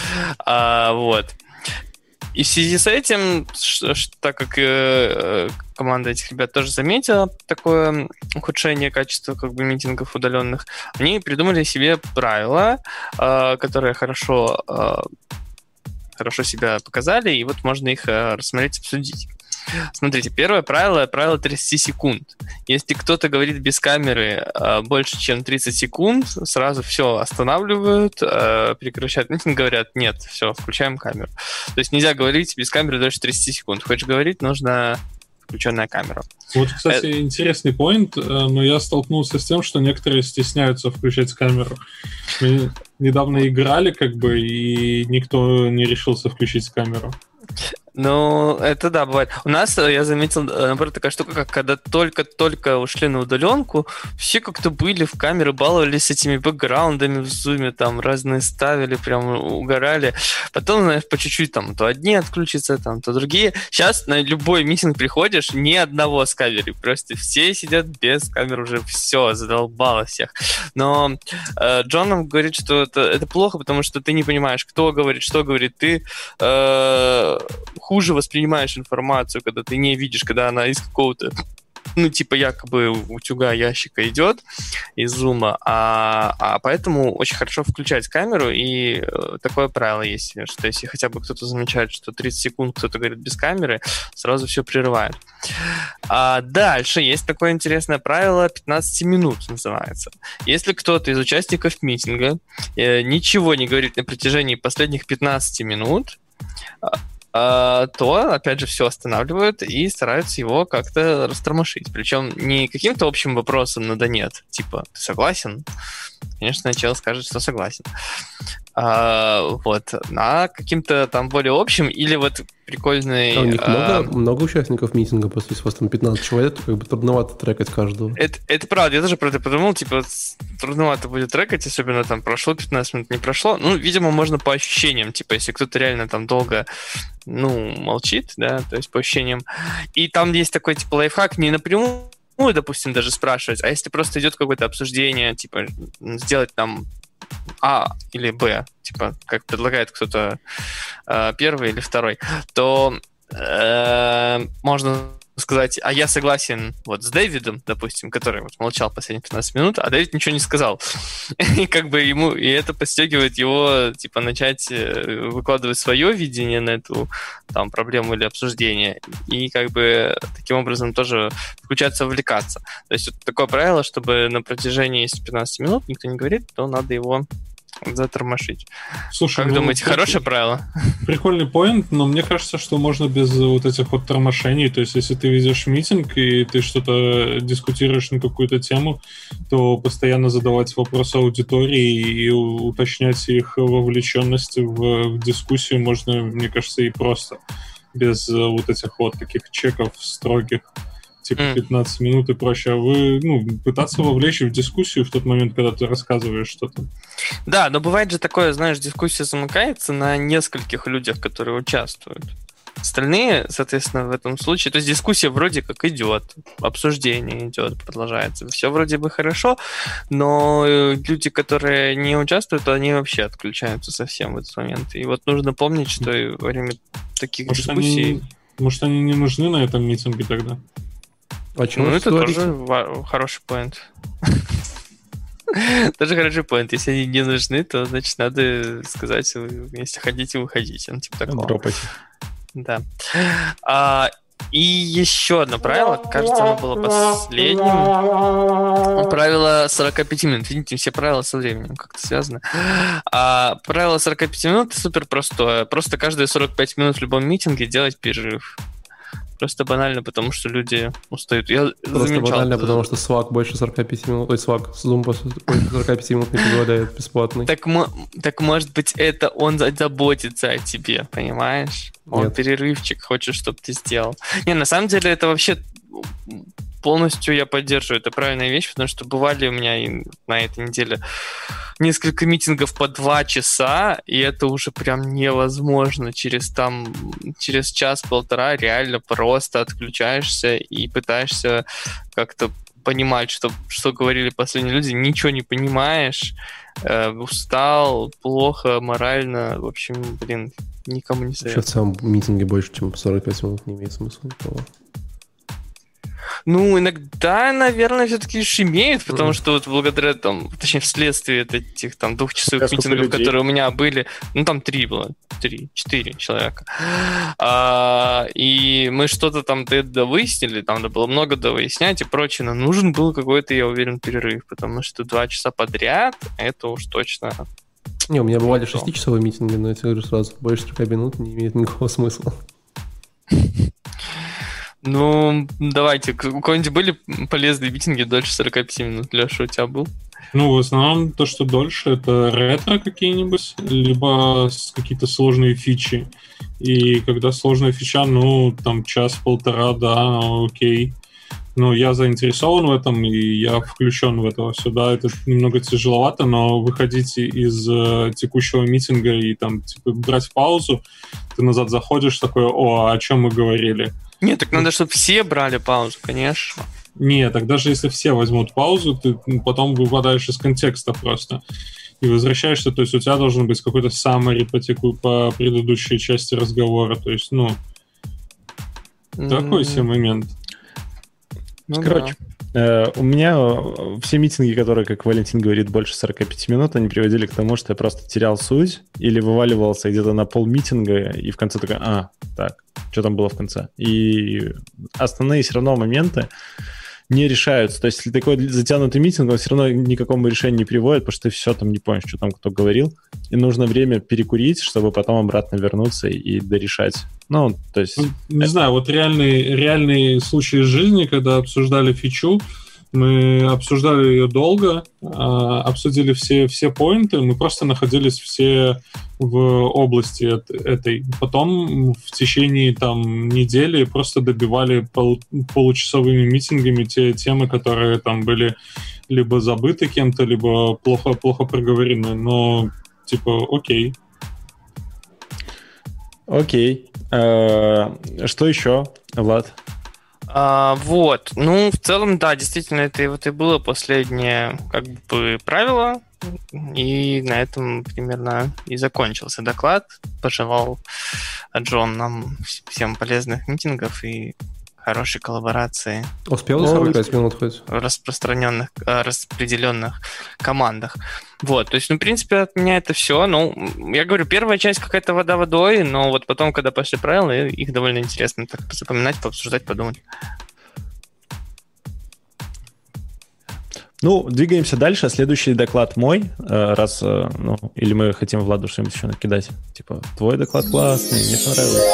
Вот. И в связи с этим, так как э, команда этих ребят тоже заметила такое ухудшение качества как бы митингов удаленных, они придумали себе правила, э, которые хорошо, э, хорошо себя показали, и вот можно их э, рассмотреть, обсудить. Смотрите, первое правило — правило тридцать секунд. Если кто-то говорит без камеры э, больше, чем тридцать секунд, сразу все останавливают, э, прекращают митинг, говорят, нет, все, включаем камеру. То есть нельзя говорить без камеры дольше тридцать секунд. Хочешь говорить, нужно включенная камера. Вот, кстати, э... интересный поинт, но я столкнулся с тем, что некоторые стесняются включать камеру. Мы недавно играли, как бы, и никто не решился включить камеру. Ну, это да, бывает. У нас, я заметил, наоборот, такая штука, как когда только-только ушли на удаленку, все как-то были в камеры, баловались этими бэкграундами в зуме, там разные ставили, прям угорали. Потом, знаешь, по чуть-чуть там то одни отключатся, там, то другие. Сейчас на любой митинг приходишь, ни одного с камерой, просто все сидят без камер уже, все, задолбало всех. Но э, Джон нам говорит, что это, это плохо, потому что ты не понимаешь, кто говорит, что говорит, ты э, хуже воспринимаешь информацию, когда ты не видишь, когда она из какого-то, ну, типа, якобы утюга ящика идет из зума, а, а поэтому очень хорошо включать камеру, и э, такое правило есть, что если хотя бы кто-то замечает, что тридцать секунд кто-то говорит без камеры, сразу все прерывает. А дальше есть такое интересное правило пятнадцать минут называется. Если кто-то из участников митинга э, ничего не говорит на протяжении последних пятнадцати минут, то, опять же, все останавливают и стараются его как-то растормошить. Причем не каким-то общим вопросом на да нет, типа, ты согласен? Конечно, чел скажет, что согласен. А, вот, а каким-то там более общим или вот прикольный... А у них а... много, много участников митинга, просто если у вас там пятнадцать человек, то как бы трудновато трекать каждого. Это, это правда, я тоже про это подумал, типа, трудновато будет трекать, особенно там прошло пятнадцать минут, не прошло. Ну, видимо, можно по ощущениям, типа, если кто-то реально там долго, ну, молчит, да, то есть по ощущениям. И там есть такой, типа, лайфхак, не напрямую, ну, допустим, даже спрашивать, а если просто идет какое-то обсуждение, типа, сделать там А или Б, типа, как предлагает кто-то э, первый или второй, то э, можно сказать, а я согласен вот с Дэвидом, допустим, который вот молчал последние пятнадцать минут, а Дэвид ничего не сказал. И как бы ему, и это подстегивает его, типа, начать выкладывать свое видение на эту там проблему или обсуждение, и как бы таким образом тоже включаться, вовлекаться. То есть вот такое правило, чтобы на протяжении, если пятнадцать минут никто не говорит, то надо его затормошить. Слушай, как ну, думаете, хорошее правило? Прикольный поинт, но мне кажется, что можно без вот этих вот тормошений. То есть, если ты ведешь митинг и ты что-то дискутируешь на какую-то тему, то постоянно задавать вопросы аудитории и уточнять их вовлеченность в, в дискуссию можно, мне кажется, и просто. Без вот этих вот таких чеков строгих. Типа пятнадцать mm. минут и прочее. А вы, ну, пытаться вовлечь в дискуссию в тот момент, когда ты рассказываешь что-то. Да, но бывает же такое, знаешь, дискуссия замыкается на нескольких людях, которые участвуют. Остальные, соответственно, в этом случае... То есть дискуссия вроде как идет, обсуждение идет, продолжается. Все вроде бы хорошо, но люди, которые не участвуют, они вообще отключаются совсем в этот момент. И вот нужно помнить, что во время таких может, дискуссий... Они, может, они не нужны на этом митинге тогда? А ну, это говорите? Тоже хороший поинт. Тоже хороший поинт. Если они не нужны, то, значит, надо сказать, если хотите, выходите. Ну, типа такого. Дропайте. Да. А, и еще одно правило, кажется, оно было последним. Правило сорок пять минут. Видите, все правила со временем как-то связаны. А, правило сорок пять минут супер простое. Просто каждые сорок пять минут в любом митинге делать перерыв. просто банально, потому что люди устают. Я просто замечал, банально, это... потому что Slack больше сорок пять минут, ой, Slack, Zoom больше сорок пять минут не позволяет бесплатный. Так, так может быть, это он заботится о тебе, понимаешь? Он Нет. перерывчик хочет, чтобы ты сделал. Не, на самом деле это вообще... Полностью я поддерживаю, это правильная вещь, потому что бывали у меня и на этой неделе несколько митингов по два часа, и это уже прям невозможно. Через там, через час-полтора реально просто отключаешься и пытаешься как-то понимать, что, что говорили последние люди, ничего не понимаешь, э, устал, плохо, морально, в общем, блин, никому не советую. Вообще в целом митинги больше, чем сорок пять минут не имеет смысла никого. Ну, иногда, наверное, все-таки лишь имеют, потому mm. что вот благодаря, там, точнее, вследствие этих там двухчасовых Сколько митингов, людей? Которые у меня были, ну, там три было, три, четыре человека. А, и мы что-то там довыяснили, там да, было много довыяснять и прочее, но нужен был какой-то, я уверен, перерыв, потому что два часа подряд, это уж точно... Не, у меня бывали шестичасовые митинги, но я тебе говорю сразу, больше сорок минут не имеет никакого смысла. Ну, давайте, у кого-нибудь были полезные митинги дольше сорок пять минут? Леша, у тебя был? Ну, в основном то, что дольше, это ретро какие-нибудь, либо какие-то сложные фичи. И когда сложная фича, ну, там час-полтора, да, окей. Но я заинтересован в этом, и я включен в это все, да, это немного тяжеловато, но выходить из э, текущего митинга и там, типа, брать паузу, ты назад заходишь, такой, о, о чем мы говорили? Нет, так надо, чтобы все брали паузу, конечно. Нет, так даже если все возьмут паузу, ты потом выпадаешь из контекста просто и возвращаешься, то есть у тебя должен быть какой-то summary по, теку, по предыдущей части разговора, то есть, ну, mm-hmm. такой себе момент. Ну, Короче, да. э, у меня все митинги, которые, как Валентин говорит, больше сорок пять минут, они приводили к тому, что я просто терял суть или вываливался где-то на пол митинга, и в конце такой, а, так, что там было в конце? И основные все равно моменты не решаются. То есть, если такой затянутый митинг, он все равно ни к какому решению не приводит, потому что ты все там не помнишь, что там кто говорил. И нужно время перекурить, чтобы потом обратно вернуться и дорешать. Ну, то есть... Не это... знаю, вот реальные, реальные случаи из жизни, когда обсуждали фичу, мы обсуждали ее долго, обсудили все, все поинты, мы просто находились все в области этой. Потом в течение там недели просто добивали пол, получасовыми митингами те темы, которые там были либо забыты кем-то, либо плохо, плохо проговорены. Но типа окей. Окей. А, что еще, Влад? А, вот, ну, в целом, да, действительно, это вот и было последнее, как бы, правило, и на этом примерно и закончился доклад. Пожелал Джон нам всем полезных митингов и хорошей коллаборации. Успел сорок пять минут хоть? В распространенных, распределенных командах. Вот, то есть, ну, в принципе, от меня это все. Ну, я говорю, первая часть какая-то вода водой, но вот потом, когда пошли правила, их довольно интересно так запоминать, пообсуждать, подумать. Ну, двигаемся дальше. Следующий доклад мой, раз, ну, или мы хотим Владу что-нибудь еще накидать. Типа, твой доклад классный, мне понравилось.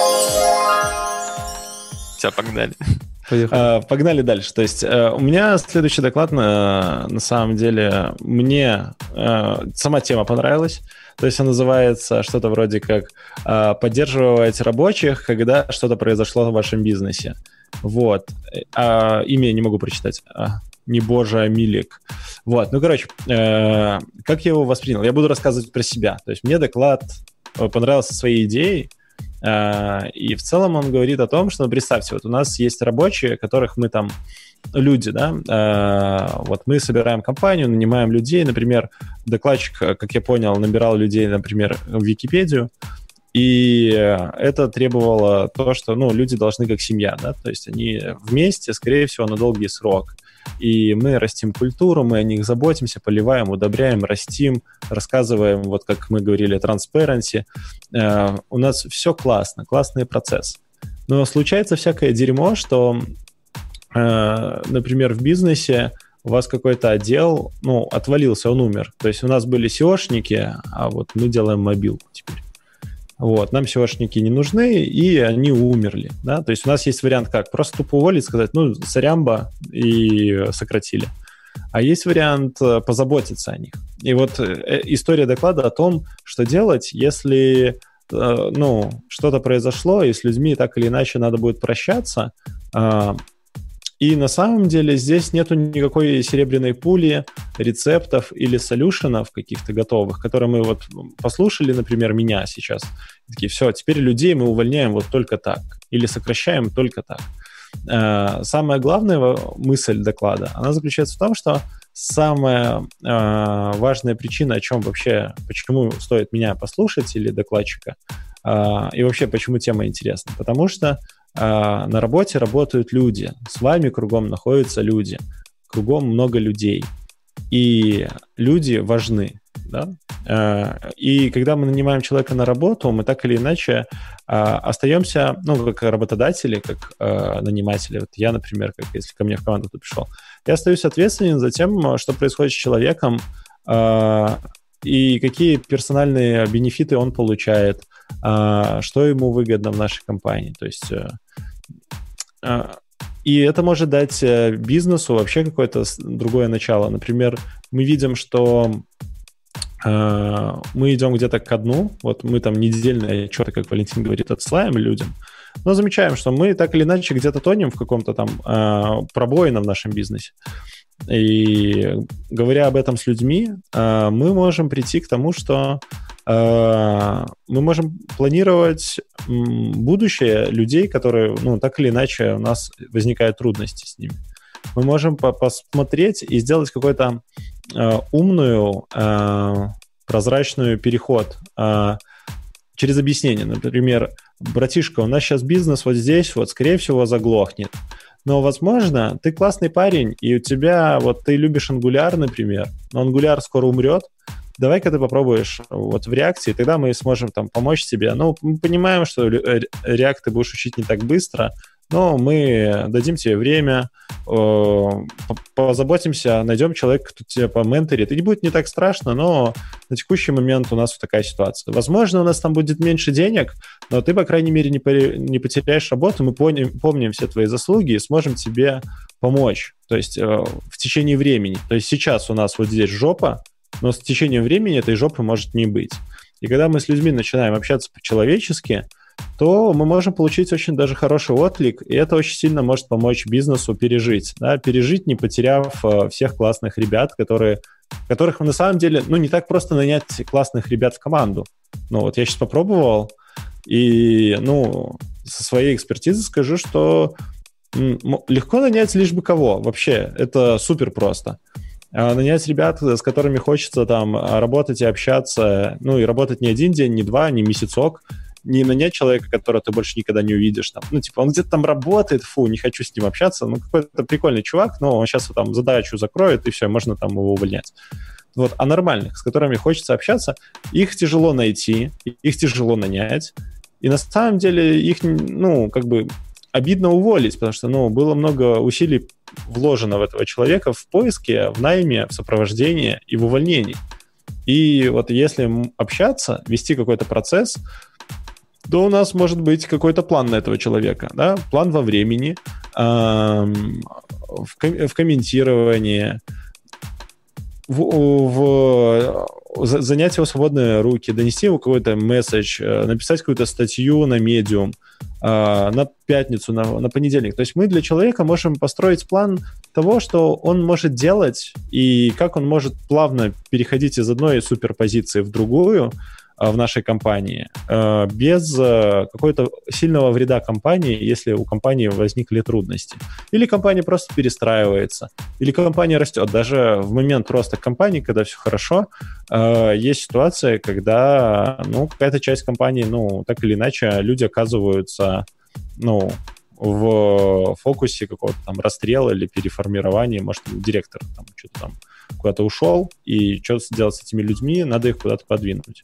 Все, погнали. Uh, погнали дальше. То есть uh, у меня следующий доклад, на, на самом деле, мне uh, сама тема понравилась. То есть он называется что-то вроде как uh, «Поддерживать рабочих, когда что-то произошло в вашем бизнесе». Вот. Uh, имя я не могу прочитать. Uh, не Божа Милик. Вот. Ну, короче, uh, как я его воспринял? Я буду рассказывать про себя. То есть мне доклад понравился своей идеей. Uh, и в целом он говорит о том, что, ну, представьте, вот у нас есть рабочие, которых мы там, люди, да, uh, вот мы собираем компанию, нанимаем людей, например, докладчик, как я понял, набирал людей, например, в Википедию, и это требовало то, что, ну, люди должны как семья, да, то есть они вместе, скорее всего, на долгий срок. И мы растим культуру, мы о них заботимся, поливаем, удобряем, растим, рассказываем, вот как мы говорили, о transparency. Э, у нас все классно, классный процесс. Но случается всякое дерьмо, что, э, например, в бизнесе у вас какой-то отдел, ну, отвалился, он умер. То есть у нас были сеошники, а вот мы делаем мобилку теперь. Вот, нам сеошники не нужны, и они умерли, да, то есть у нас есть вариант как, просто тупо уволить, сказать, ну, сорямба, и сократили. А есть вариант позаботиться о них. И вот история доклада о том, что делать, если, ну, что-то произошло, и с людьми так или иначе надо будет прощаться. И на самом деле здесь нету никакой серебряной пули, рецептов или солюшенов каких-то готовых, которые мы вот послушали, например, меня сейчас. И такие, все, теперь людей мы увольняем вот только так. Или сокращаем только так. Самая главная мысль доклада, она заключается в том, что самая важная причина, о чем вообще, почему стоит меня послушать или докладчика, и вообще почему тема интересна. Потому что на работе работают люди, с вами кругом находятся люди, кругом много людей, и люди важны, да? И когда мы нанимаем человека на работу, мы так или иначе остаемся, ну, как работодатели, как наниматели. Вот я, например, как если ко мне в команду кто пришел, я остаюсь ответственен за тем, что происходит с человеком, и какие персональные бенефиты он получает, что ему выгодно в нашей компании. То есть, и это может дать бизнесу вообще какое-то другое начало. Например, мы видим, что мы идем где-то ко дну, вот мы там недельные отчеты, как Валентин говорит, отсылаем людям, но замечаем, что мы так или иначе где-то тонем в каком-то там пробоине в нашем бизнесе. И говоря об этом с людьми, мы можем прийти к тому, что мы можем планировать будущее людей, которые, ну, так или иначе у нас возникают трудности с ними. Мы можем посмотреть и сделать какой-то умную, прозрачную переход через объяснение. Например, братишка, у нас сейчас бизнес вот здесь, вот, скорее всего, заглохнет. Но, возможно, ты классный парень, и у тебя, вот, ты любишь Angular, например, но Angular скоро умрет, давай-ка ты попробуешь вот в React, и тогда мы сможем там помочь тебе. Ну, мы понимаем, что React ты будешь учить не так быстро, но мы дадим тебе время, позаботимся, найдем человека, кто тебя поменторит. И не будет не так страшно, но на текущий момент у нас вот такая ситуация. Возможно, у нас там будет меньше денег, но ты, по крайней мере, не, не потеряешь работу, мы помним, помним все твои заслуги и сможем тебе помочь. То есть в течение времени. То есть сейчас у нас вот здесь жопа, но с течением времени этой жопы может не быть. И когда мы с людьми начинаем общаться по-человечески, то мы можем получить очень даже хороший отклик, и это очень сильно может помочь бизнесу пережить. Да? Пережить, не потеряв всех классных ребят, которые, которых на самом деле, ну, не так просто нанять классных ребят в команду. Ну, вот я сейчас попробовал, и, ну, со своей экспертизы скажу, что легко нанять лишь бы кого. Вообще, это супер просто. Нанять ребят, с которыми хочется там работать и общаться, ну, и работать не один день, не два, не месяцок, не нанять человека, которого ты больше никогда не увидишь. Там. Ну, типа, он где-то там работает, фу, не хочу с ним общаться. Ну, какой-то прикольный чувак, но он сейчас вот, там задачу закроет, и все, можно там его увольнять. Вот. А нормальных, с которыми хочется общаться, их тяжело найти, их тяжело нанять. И на самом деле их, ну, как бы обидно уволить, потому что, ну, было много усилий вложено в этого человека в поиске, в найме, в сопровождении и в увольнении. И вот если общаться, вести какой-то процесс, то у нас может быть какой-то план на этого человека, да? План во времени, эм, в, ком- в комментировании, в, в, в занять его свободные руки, донести ему какой-то месседж, написать какую-то статью на Medium э, на пятницу, на, на понедельник. То есть мы для человека можем построить план того, что он может делать и как он может плавно переходить из одной суперпозиции в другую в нашей компании, без какого-то сильного вреда компании, если у компании возникли трудности. Или компания просто перестраивается, или компания растет. Даже в момент роста компании, когда все хорошо, есть ситуация, когда, ну, какая-то часть компании, ну, так или иначе, люди оказываются, ну, в фокусе какого-то там расстрела или переформирования, может, директор там что-то там куда-то ушел, и что делать с этими людьми, надо их куда-то подвинуть.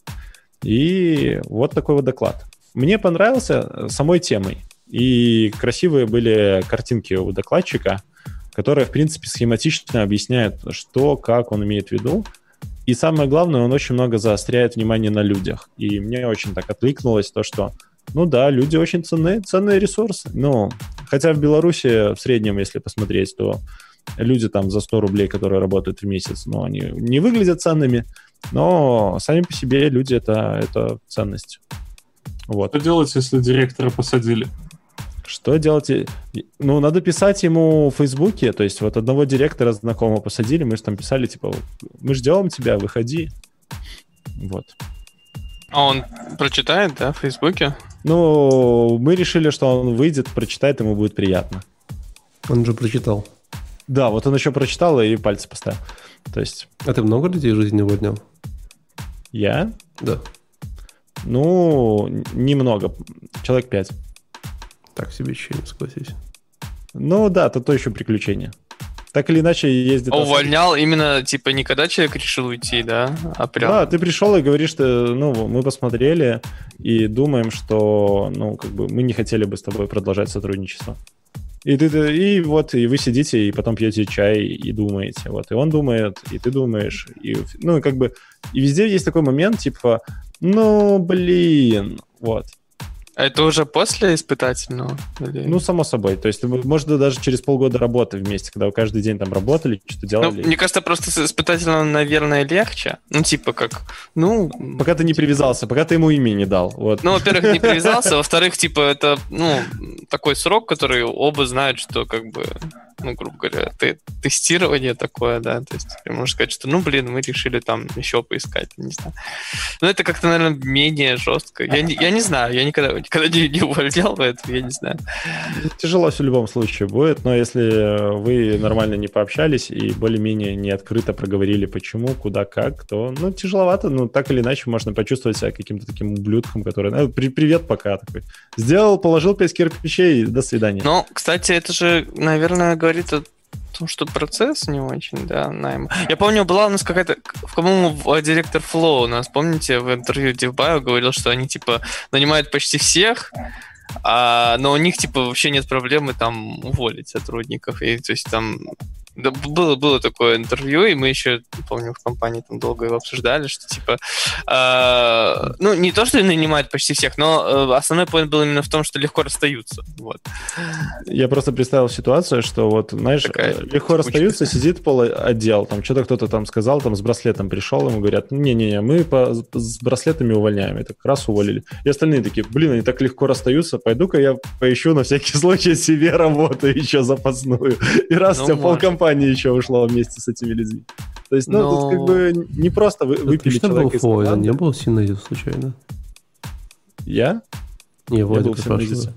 И вот такой вот доклад. Мне понравился самой темой. И красивые были картинки у докладчика, которые, в принципе, схематично объясняют, что, как он имеет в виду. И самое главное, он очень много заостряет внимание на людях. И мне очень так откликнулось то, что, ну да, люди очень ценные, ценные ресурсы. Ну, хотя в Беларуси в среднем, если посмотреть, то люди там за сто рублей, которые работают в месяц, ну, они не выглядят ценными, но сами по себе люди это, это ценность. Вот. Что делать, если директора посадили? Что делать? Ну, надо писать ему в Фейсбуке, то есть вот одного директора знакомого посадили, мы же там писали, типа, мы ждем тебя, выходи. Вот. А он прочитает, да, в Фейсбуке? Ну, мы решили, что он выйдет, прочитает, ему будет приятно. Он же прочитал. Да, вот он еще прочитал и пальцы поставил. То есть... А ты много людей в жизни поднял? Я? Да. Ну, немного. Человек пять. Так себе ощущение, согласись. Ну да, это то еще приключение. Так или иначе ездит... А увольнял именно, типа, не когда человек решил уйти, да? А прям... Да, ты пришел и говоришь, что, ну, мы посмотрели и думаем, что, ну, как бы мы не хотели бы с тобой продолжать сотрудничество. И ты, и вот, и вы сидите, и потом пьете чай и думаете. Вот, и он думает, и ты думаешь. И, ну, и как бы... И везде есть такой момент, типа, ну, блин, вот. А это уже после испытательного? Или... Ну, само собой. То есть, может, даже через полгода работы вместе, когда вы каждый день там работали, что-то делали. Ну, мне кажется, просто с испытательного, наверное, легче. Ну, типа как, ну... Пока ты не привязался, пока ты ему имя не дал. Вот. Ну, во-первых, не привязался, во-вторых, типа, это, ну, такой срок, который оба знают, что, как бы, ну, грубо говоря, ты, тестирование такое, да, то есть можно сказать, что, ну, блин, мы решили там еще поискать, не знаю. Но это как-то, наверное, менее жестко. Я, я не знаю, я никогда, никогда не, не увольнял, поэтому я не знаю. Тяжело в любом случае будет, но если вы нормально не пообщались и более-менее не открыто проговорили, почему, куда, как, то, ну, тяжеловато, ну, так или иначе можно почувствовать себя каким-то таким ублюдком, который, ну, привет, пока, такой. Сделал, положил пять кирпичей, до свидания. Ну, кстати, это же, наверное, говорит о том, что процесс не очень, да, найма. Я помню, была у нас какая-то, по-моему, директор Flow у нас, помните, в интервью DevBio говорил, что они, типа, нанимают почти всех, а, но у них, типа, вообще нет проблемы там уволить сотрудников. И, то есть, там да, было, было такое интервью, и мы еще, помню, в компании там долго его обсуждали, что, типа, э, ну, не то, что нанимают почти всех, но э, основной point был именно в том, что легко расстаются. Вот. Я просто представил ситуацию, что вот, знаешь, такая легко расстаются, сидит полотдел, там что-то кто-то там сказал, там с браслетом пришел, ему говорят, не-не-не, мы по, с браслетами увольняем, и так раз уволили. И остальные такие, блин, они так легко расстаются, пойду-ка я поищу на всякий случай себе работу еще запасную. И раз ну, у тебя полкомпании еще ушла вместе с этими людьми. То есть, ну, но... тут как бы не просто вы, выпили человека из команды. Не был в Синезе случайно? Я? Не, Владик, в Синезе.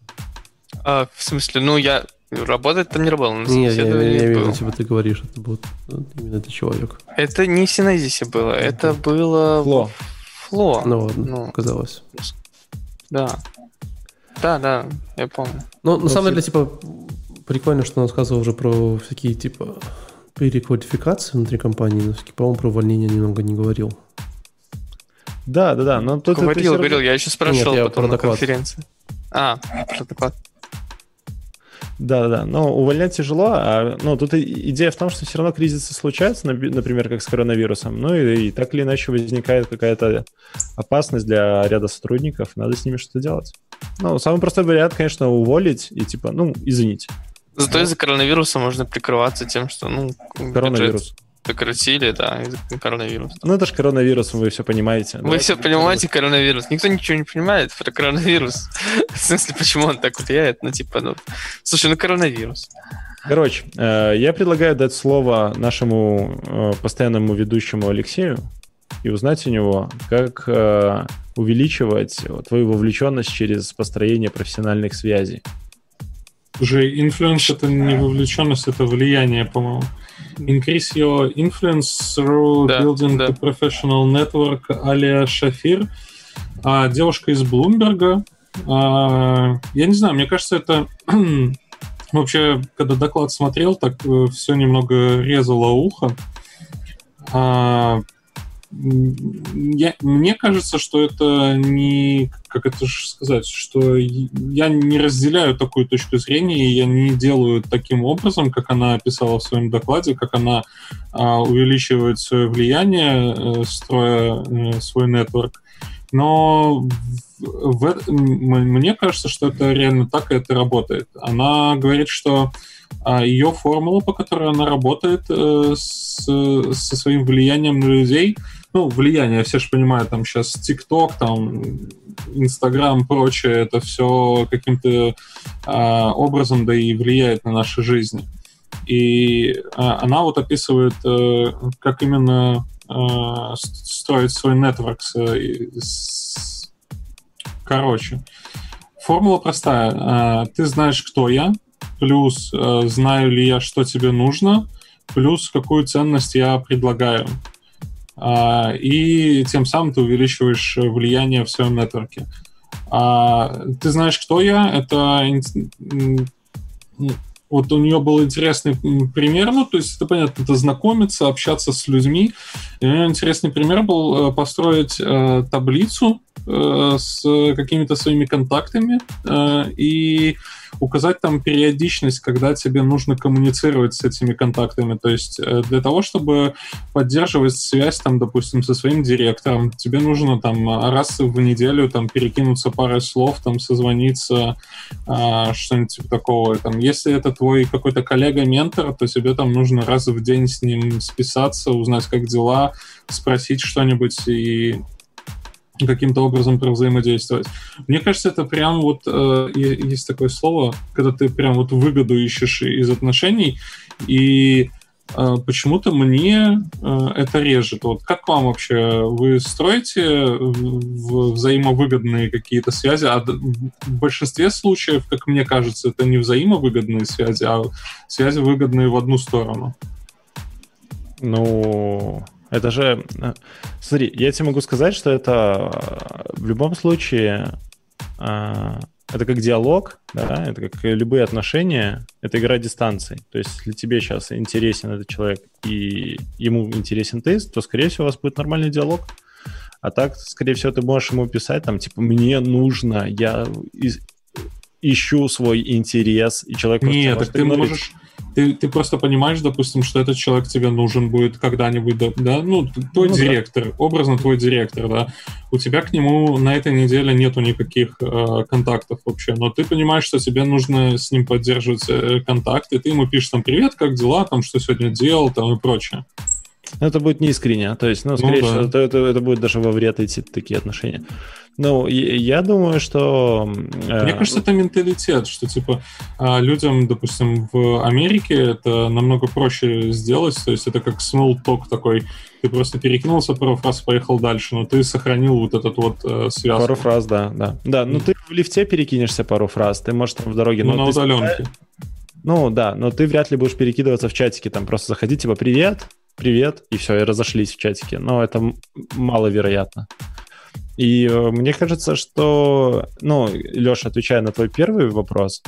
А, в смысле, ну, я работать там не работал. На не, я, я, я имею в виду, типа ты говоришь, это был именно этот человек. Это не в Синезисе было, это, это было... Фло. Фло. Ну, ладно, ну, казалось. Да. Да, да, я помню. Ну, на самом деле, типа... Прикольно, что он рассказывал уже про всякие, типа, переквалификации внутри компании, но, по-моему, про увольнение немного не говорил. Да, да, да. Но тут говорил, говорил, я еще спрашивал Нет, я потом на доклад. конференции. А, про доклад. Да, да, но увольнять тяжело, а, ну, тут идея в том, что все равно кризисы случаются, например, как с коронавирусом, ну, и, и так или иначе возникает какая-то опасность для ряда сотрудников, надо с ними что-то делать. Ну, самый простой вариант, конечно, уволить и типа, ну, извините. Зато из-за коронавируса можно прикрываться тем, что, ну, коронавирус сократили, да, из-за коронавируса. Ну, это же коронавирус, вы все понимаете. Вы все понимаете коронавирус. Никто ничего не понимает про коронавирус. В смысле, почему он так влияет? Ну, типа, ну... Слушай, ну, коронавирус. Короче, э, я предлагаю дать слово нашему э, постоянному ведущему Алексею и узнать у него, как э, увеличивать твою вовлеченность через построение профессиональных связей. Уже инфлюенс — это не вовлеченность, это влияние, по-моему. Increase your influence through да, building да. a professional network. Алия Шафир, а, девушка из Блумберга. А, я не знаю, мне кажется, это вообще, когда доклад смотрел, так все немного резало ухо. А, я, мне кажется, что это не... Как это же сказать? Что я не разделяю такую точку зрения, и я не делаю таким образом, как она описала в своем докладе, как она а, увеличивает свое влияние, строя а, свой нетворк. Но в, мне кажется, что это реально так, и это работает. Она говорит, что а, ее формула, по которой она работает э, с, со своим влиянием на людей, ну, влияние, все же понимают, там сейчас ТикТок, там, Инстаграм, прочее, это все каким-то а, образом, да и влияет на наши жизни. И а, она вот описывает, а, как именно а, строить свой нетворк. С, с... Короче, формула простая. А, ты знаешь, кто я, плюс а, знаю ли я, что тебе нужно, плюс какую ценность я предлагаю. Uh, и тем самым ты увеличиваешь влияние в своем нетворке. Uh, ты знаешь, кто я? Это вот у нее был интересный пример, ну, то есть это понятно, это знакомиться, общаться с людьми. И у нее интересный пример был построить uh, таблицу uh, с какими-то своими контактами uh, и указать там периодичность, когда тебе нужно коммуницировать с этими контактами. То есть для того, чтобы поддерживать связь, там, допустим, со своим директором, тебе нужно там раз в неделю там перекинуться парой слов, там созвониться, а, что-нибудь типа такого. Там, если это твой какой-то коллега-ментор, то тебе там нужно раз в день с ним списаться, узнать, как дела, спросить что-нибудь и каким-то образом взаимодействовать. Мне кажется, это прям вот э, есть такое слово, когда ты прям вот выгоду ищешь из отношений, и э, почему-то мне э, это режет. Вот как вам вообще? Вы строите в взаимовыгодные какие-то связи? А в большинстве случаев, как мне кажется, это не взаимовыгодные связи, а связи выгодные в одну сторону. Ну... Это же... Смотри, я тебе могу сказать, что это в любом случае... Это как диалог, да, это как любые отношения, это игра дистанций. То есть, если тебе сейчас интересен этот человек и ему интересен ты, то, скорее всего, у вас будет нормальный диалог. А так, скорее всего, ты можешь ему писать, там, типа, мне нужно, я ищу свой интерес, и человек просто... Нет, так ты можешь... Ты, ты просто понимаешь, допустим, что этот человек тебе нужен будет когда-нибудь, да, да? Ну, твой ну, директор, да. Образно твой директор, да, у тебя к нему на этой неделе нету никаких э, контактов вообще, но ты понимаешь, что тебе нужно с ним поддерживать э, контакт, и ты ему пишешь там «Привет, как дела?», там «Что сегодня делал?», там и прочее. Это будет неискренне, то есть, ну, скорее ну, да. всего, это, это, это будет даже во вред идти такие отношения. Ну, я думаю, что... Мне кажется, это менталитет, что, типа, людям, допустим, в Америке это намного проще сделать, то есть это как small talk такой, ты просто перекинулся пару фраз, поехал дальше, но ты сохранил вот этот вот э, связку. Пару фраз, да, да. Да, ну ты в лифте перекинешься пару фраз, ты, можешь, там в дороге... Ну, на удаленке. Ну, да, но ты вряд ли будешь перекидываться в чатике, там просто заходить, типа, привет, привет, и все, и разошлись в чатике. Но это маловероятно. И мне кажется, что, ну, Леша, отвечая на твой первый вопрос,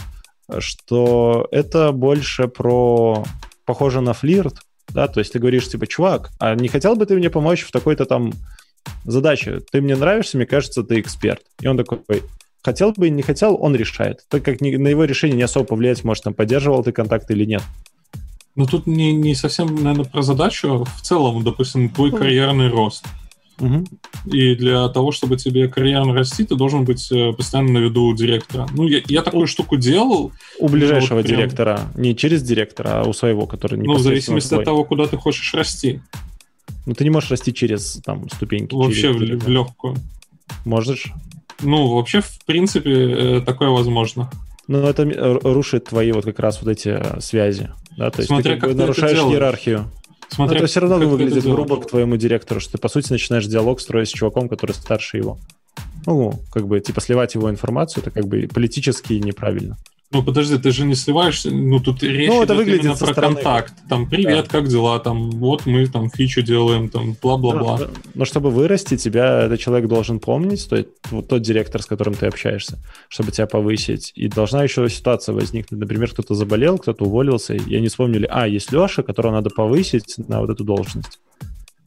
что это больше про, похоже на флирт, да, то есть ты говоришь, типа, чувак, а не хотел бы ты мне помочь в такой-то там задаче? Ты мне нравишься, мне кажется, ты эксперт. И он такой, хотел бы, не хотел, он решает. Так как на его решение не особо повлиять может, там, поддерживал ты контакт или нет. Ну, тут не, не совсем, наверное, про задачу, а в целом, допустим, твой карьерный рост. Угу. И для того, чтобы тебе карьерно расти, ты должен быть постоянно на виду у директора. Ну, я, я такую у, штуку делал. У ближайшего вот прям... директора. Не через директора, а у своего, который непосредственно. Ну, в зависимости твой. От того, куда ты хочешь расти. Ну, ты не можешь расти через там ступеньки. Вообще через в, в легкую. Можешь? Ну, вообще, в принципе, такое возможно. Ну, это рушит твои вот как раз вот эти связи. Да? То есть Смотря ты как бы нарушаешь иерархию. Смотря, но это все равно выглядит грубо к твоему директору, что ты, по сути, начинаешь диалог строить с чуваком, который старше его. Ну, как бы, типа, сливать его информацию, это как бы политически неправильно. Ну, подожди, ты же не сливаешь, ну, тут речь ну, это идет выглядит именно про стороны. Контакт. Там, привет, да. Как дела? Там, вот мы там фичу делаем, там, бла-бла-бла. Да, но чтобы вырасти, тебя этот человек должен помнить, то есть вот тот директор, с которым ты общаешься, чтобы тебя повысить. И должна еще ситуация возникнуть. Например, кто-то заболел, кто-то уволился, и они вспомнили, а, есть Леша, которого надо повысить на вот эту должность.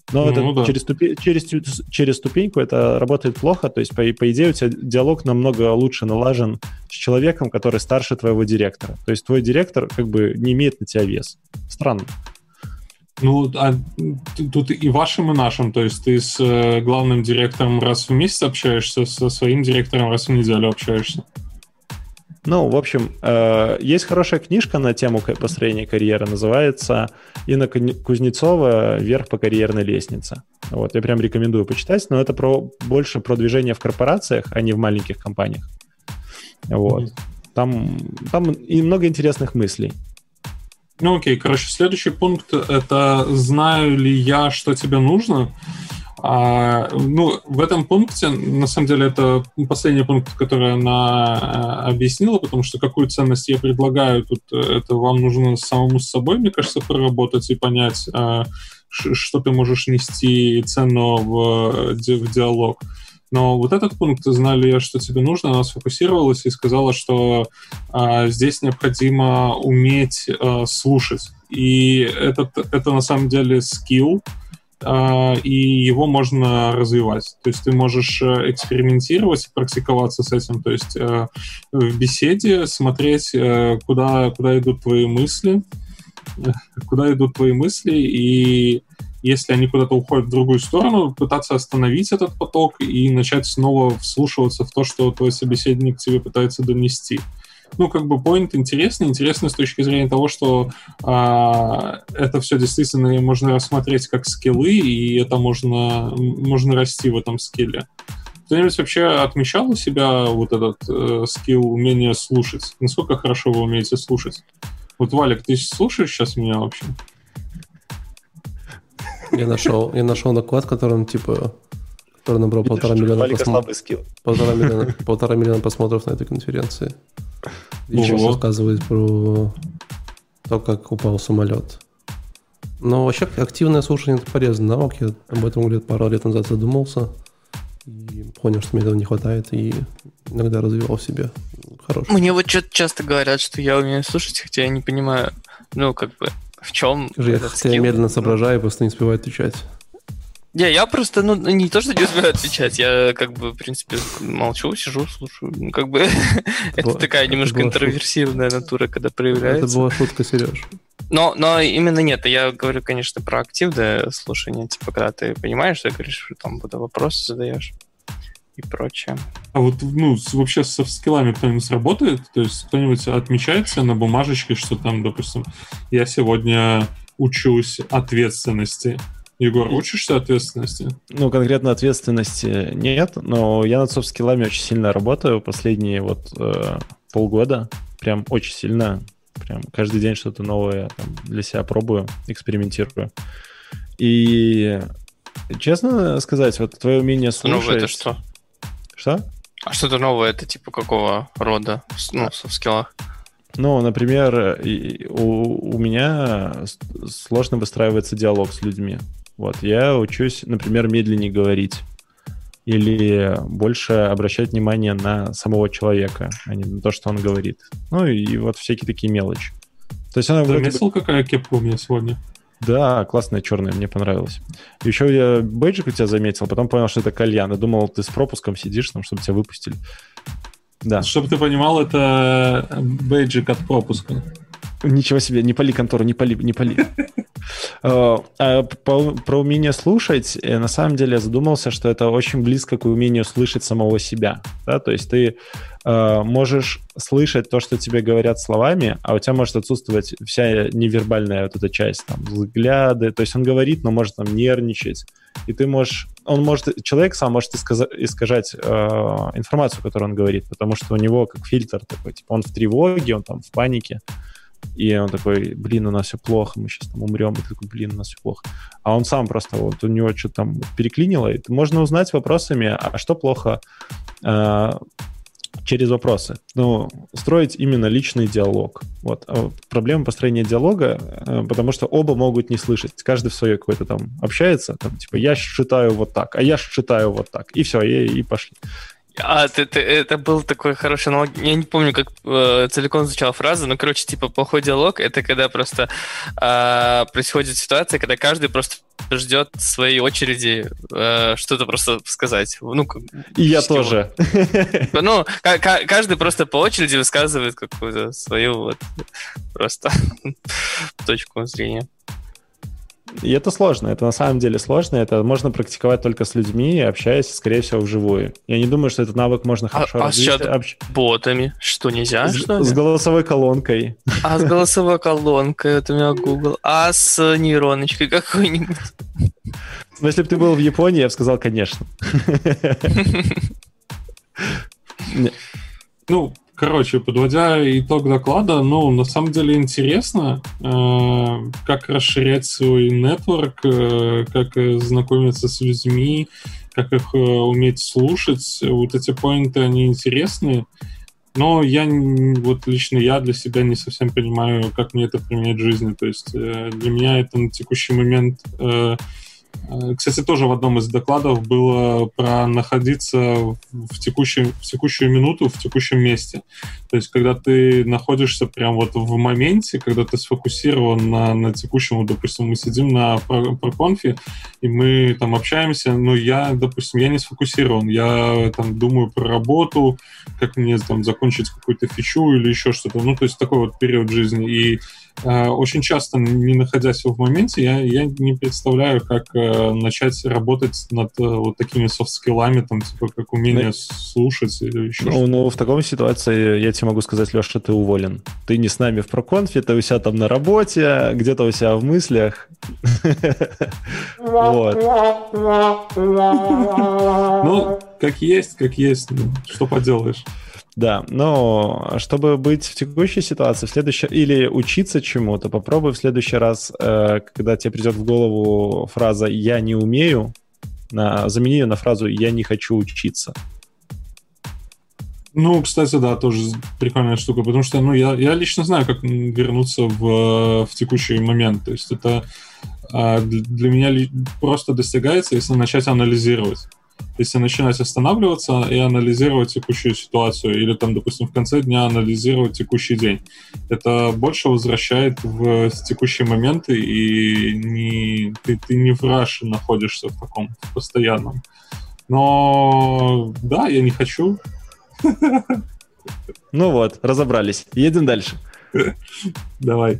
Но ну, это да. через, ступе- через, через ступеньку это работает плохо, то есть, по, по идее, у тебя диалог намного лучше налажен с человеком, который старше твоего директора. То есть твой директор как бы не имеет на тебя вес. Странно. Ну, а тут и вашим, и нашим. То есть ты с э, главным директором раз в месяц общаешься, со своим директором раз в неделю общаешься. Ну, в общем, э, есть хорошая книжка на тему построения карьеры, называется «Инна Кузнецова. Вверх по карьерной лестнице». Вот, я прям рекомендую почитать, но это про, больше про движение в корпорациях, а не в маленьких компаниях. Вот. Mm-hmm. Там, там и много интересных мыслей. Ну окей, короче, следующий пункт — это знаю ли я, что тебе нужно. А, ну, в этом пункте, на самом деле, это последний пункт, который она объяснила, потому что какую ценность я предлагаю, тут это вам нужно самому с собой, мне кажется, проработать и понять, что ты можешь нести ценного в, в диалог. Но вот этот пункт, знали я, что тебе нужно, она сфокусировалась и сказала, что а, здесь необходимо уметь а, слушать. И этот, это на самом деле скилл, а, и его можно развивать. То есть ты можешь экспериментировать, практиковаться с этим. То есть а, в беседе смотреть, а, куда, куда идут твои мысли, куда идут твои мысли, и если они куда-то уходят в другую сторону, пытаться остановить этот поток и начать снова вслушиваться в то, что твой собеседник тебе пытается донести. Ну, как бы поинт интересный, интересный с точки зрения того, что а, это все действительно можно рассмотреть как скиллы, и это можно, можно расти в этом скилле. Кто-нибудь вообще отмечал у себя вот этот э, скилл, умение слушать? Насколько хорошо вы умеете слушать? Вот, Валик, ты слушаешь сейчас меня вообще? Я нашел, я нашел доклад, которым типа, который набрал Видишь, полтора миллиона просмотров. Полтора миллиона, полтора миллиона просмотров на этой конференции. И сейчас рассказывает про то, как упал самолет. Но вообще активное слушание — это полезный навык. Я об этом лет, пару лет назад задумался и понял, что мне этого не хватает, и иногда развивал в себе. Хороший. Мне вот что-то часто говорят, что я умею слушать, хотя я не понимаю, ну, как бы, в чем Скажи, этот скилл? Я медленно соображаю, просто не успеваю отвечать. Не, я просто, ну, не то, что не успеваю отвечать, я, как бы, в принципе, молчу, сижу, слушаю. Ну, как бы, это такая немножко интроверсивная натура, когда проявляется. Это была шутка, Сереж. Но, но именно нет, я говорю, конечно, про активное слушание, типа, когда ты понимаешь, что говоришь, что там вот вопросы задаешь и прочее. А вот, ну, вообще со скиллами кто-нибудь сработает? То есть кто-нибудь отмечается на бумажечке, что там, допустим, я сегодня учусь ответственности. Егор, учишься ответственности? Ну, конкретно ответственности нет, но я над софт-скиллами очень сильно работаю последние вот э, полгода. Прям очень сильно. Прям каждый день что-то новое там, для себя пробую, экспериментирую. И честно сказать, вот твое умение слушать... Новое это что? Что? А что-то новое, это типа какого рода, ну, в софт-скиллах? Ну, например, у, у меня сложно выстраивается диалог с людьми. Вот, я учусь, например, медленнее говорить или больше обращать внимание на самого человека, а не на то, что он говорит. Ну, и вот всякие такие мелочи. То есть она заметил, бы... какая кепка у меня сегодня? Да, классная, черная, мне понравилась. Еще я бейджик у тебя заметил, потом понял, что это кальян. Я думал, ты с пропуском сидишь, там, чтобы тебя выпустили. Да. Чтобы ты понимал, это бейджик от пропуска. Ничего себе, не пали контору, не пали, не пали. Про умение слушать, на самом деле я задумался, что это очень близко к умению слышать самого себя. То есть ты можешь слышать то, что тебе говорят словами, а у тебя может отсутствовать вся невербальная вот эта часть, там, взгляды. То есть он говорит, но может там нервничать. И ты можешь... Он может... Человек сам может искажать, искажать э, информацию, которую он говорит, потому что у него как фильтр такой. Типа он в тревоге, он там в панике. И он такой, блин, у нас все плохо, мы сейчас там умрем. И ты такой, блин, у нас все плохо. А он сам просто, вот у него что-то там переклинило. И можно узнать вопросами, а что плохо э, через вопросы. Ну, строить именно личный диалог. Вот. А проблема построения диалога, э, потому что оба могут не слышать. Каждый в свое какое-то там общается. Там, типа, я считаю вот так, а я считаю вот так. И все, и, и пошли. А, ты, ты, это был такой хороший аналог. Я не помню, как э, целиком звучала фраза, но, короче, типа, плохой диалог — это когда просто э, происходит ситуация, когда каждый просто ждет своей очереди э, что-то просто сказать. Ну, и я всего. Тоже. Ну, к- к- каждый просто по очереди высказывает какую-то свою вот просто точку зрения. И это сложно, это на самом деле сложно, это можно практиковать только с людьми, общаясь, скорее всего, вживую. Я не думаю, что этот навык можно хорошо а, развить. А с чат-ботами? Что, нельзя, с, что ли? С голосовой колонкой. А с голосовой колонкой, это у меня Google. А с нейроночкой какой-нибудь? Ну, если бы ты был в Японии, я бы сказал, конечно. Ну, короче, подводя итог доклада, ну, на самом деле интересно, э, как расширять свой нетворк, э, как э, знакомиться с людьми, как их э, уметь слушать. Вот эти поинты, они интересны, но я, вот лично я для себя не совсем понимаю, как мне это применять в жизни. То есть э, для меня это на текущий момент... Э, Кстати, тоже в одном из докладов было про находиться в, текущем, в текущую минуту, в текущем месте. То есть, когда ты находишься прям вот в моменте, когда ты сфокусирован на, на текущем, вот, допустим, мы сидим на проконфе, и мы там общаемся, но я, допустим, я не сфокусирован, я там думаю про работу, как мне там закончить какую-то фичу или еще что-то. Ну, то есть, такой вот период жизни. И Uh, очень часто, не находясь в моменте, я, я не представляю, как uh, начать работать над uh, вот такими софт-скиллами, там, типа, как умение да. слушать или еще ну, что-то. Ну, в такой ситуации я тебе могу сказать, Леша, что ты уволен. Ты не с нами в проконфе, ты у себя там на работе, где-то у себя в мыслях. Вот. Ну, как есть, как есть. Что поделаешь. Да, но чтобы быть в текущей ситуации, в следующий... или учиться чему-то, попробуй в следующий раз, э, когда тебе придет в голову фраза «я не умею», на... замени ее на фразу «я не хочу учиться». Ну, кстати, да, тоже прикольная штука, потому что, ну, я, я лично знаю, как вернуться в, в текущий момент. То есть это э, для меня просто достигается, если начать анализировать. Если начинать останавливаться и анализировать текущую ситуацию, или там, допустим, в конце дня анализировать текущий день, это больше возвращает в текущие моменты, и не, ты, ты не в раше находишься в таком в постоянном. Но да, я не хочу. Ну вот, разобрались. Едем дальше. Давай.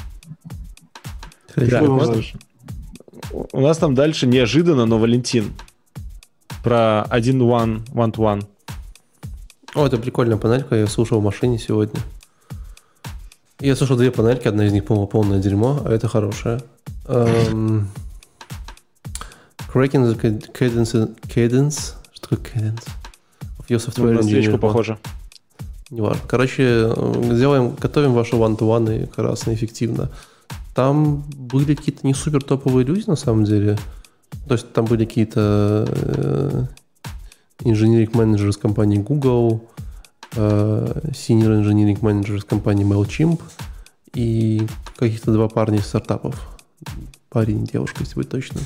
Да, у нас там дальше неожиданно, но Валентин. Про один one, one to one. О, это прикольная панелька, я слушал в машине сегодня. Я слушал две панельки, одна из них, по-моему, полное дерьмо, а это хорошая. Um, Cracking the cadence, cadence. Что такое cadence? Of your software на свечку похоже. Неважно. Короче, сделаем, готовим ваши one-to-one и крассно, эффективно. Там были какие-то не супер топовые люди, на самом деле. То есть там были какие-то э, engineering менеджеры из компании Google, э, senior engineering менеджеры из компании MailChimp и каких-то два парня из стартапов. Парень и девушка, если быть точным.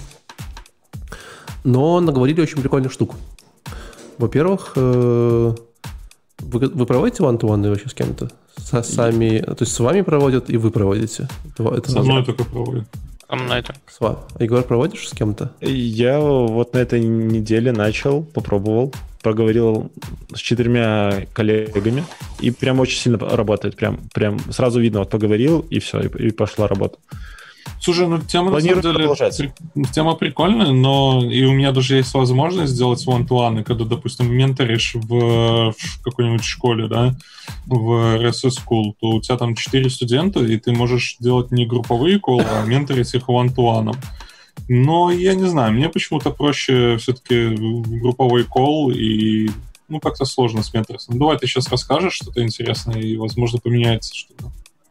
Но наговорили очень прикольных штук. Во-первых, э, вы, вы проводите one-to-one вообще с кем-то? С, сами, то есть с вами проводят и вы проводите? Это со мной только проводят. А мной так. А Егор, проводишь с кем-то? Я вот на этой неделе начал, попробовал, поговорил с четырьмя коллегами, и прям очень сильно работает. Прям, прям сразу видно, вот поговорил, и все, и, и пошла работа. Слушай, ну тема Планирую на самом деле продолжать. Тема прикольная, но и у меня даже есть возможность сделать one-to-one, когда, допустим, менторишь в, в какой-нибудь школе, да, в эр эс эс School, то у тебя там четыре студента, и ты можешь делать не групповые коллы, а менторить их one-to-one. Но я не знаю, мне почему-то проще все-таки групповой колл, и ну как-то сложно с менторством. Давай ты сейчас расскажешь что-то интересное, и, возможно, поменяется что-то.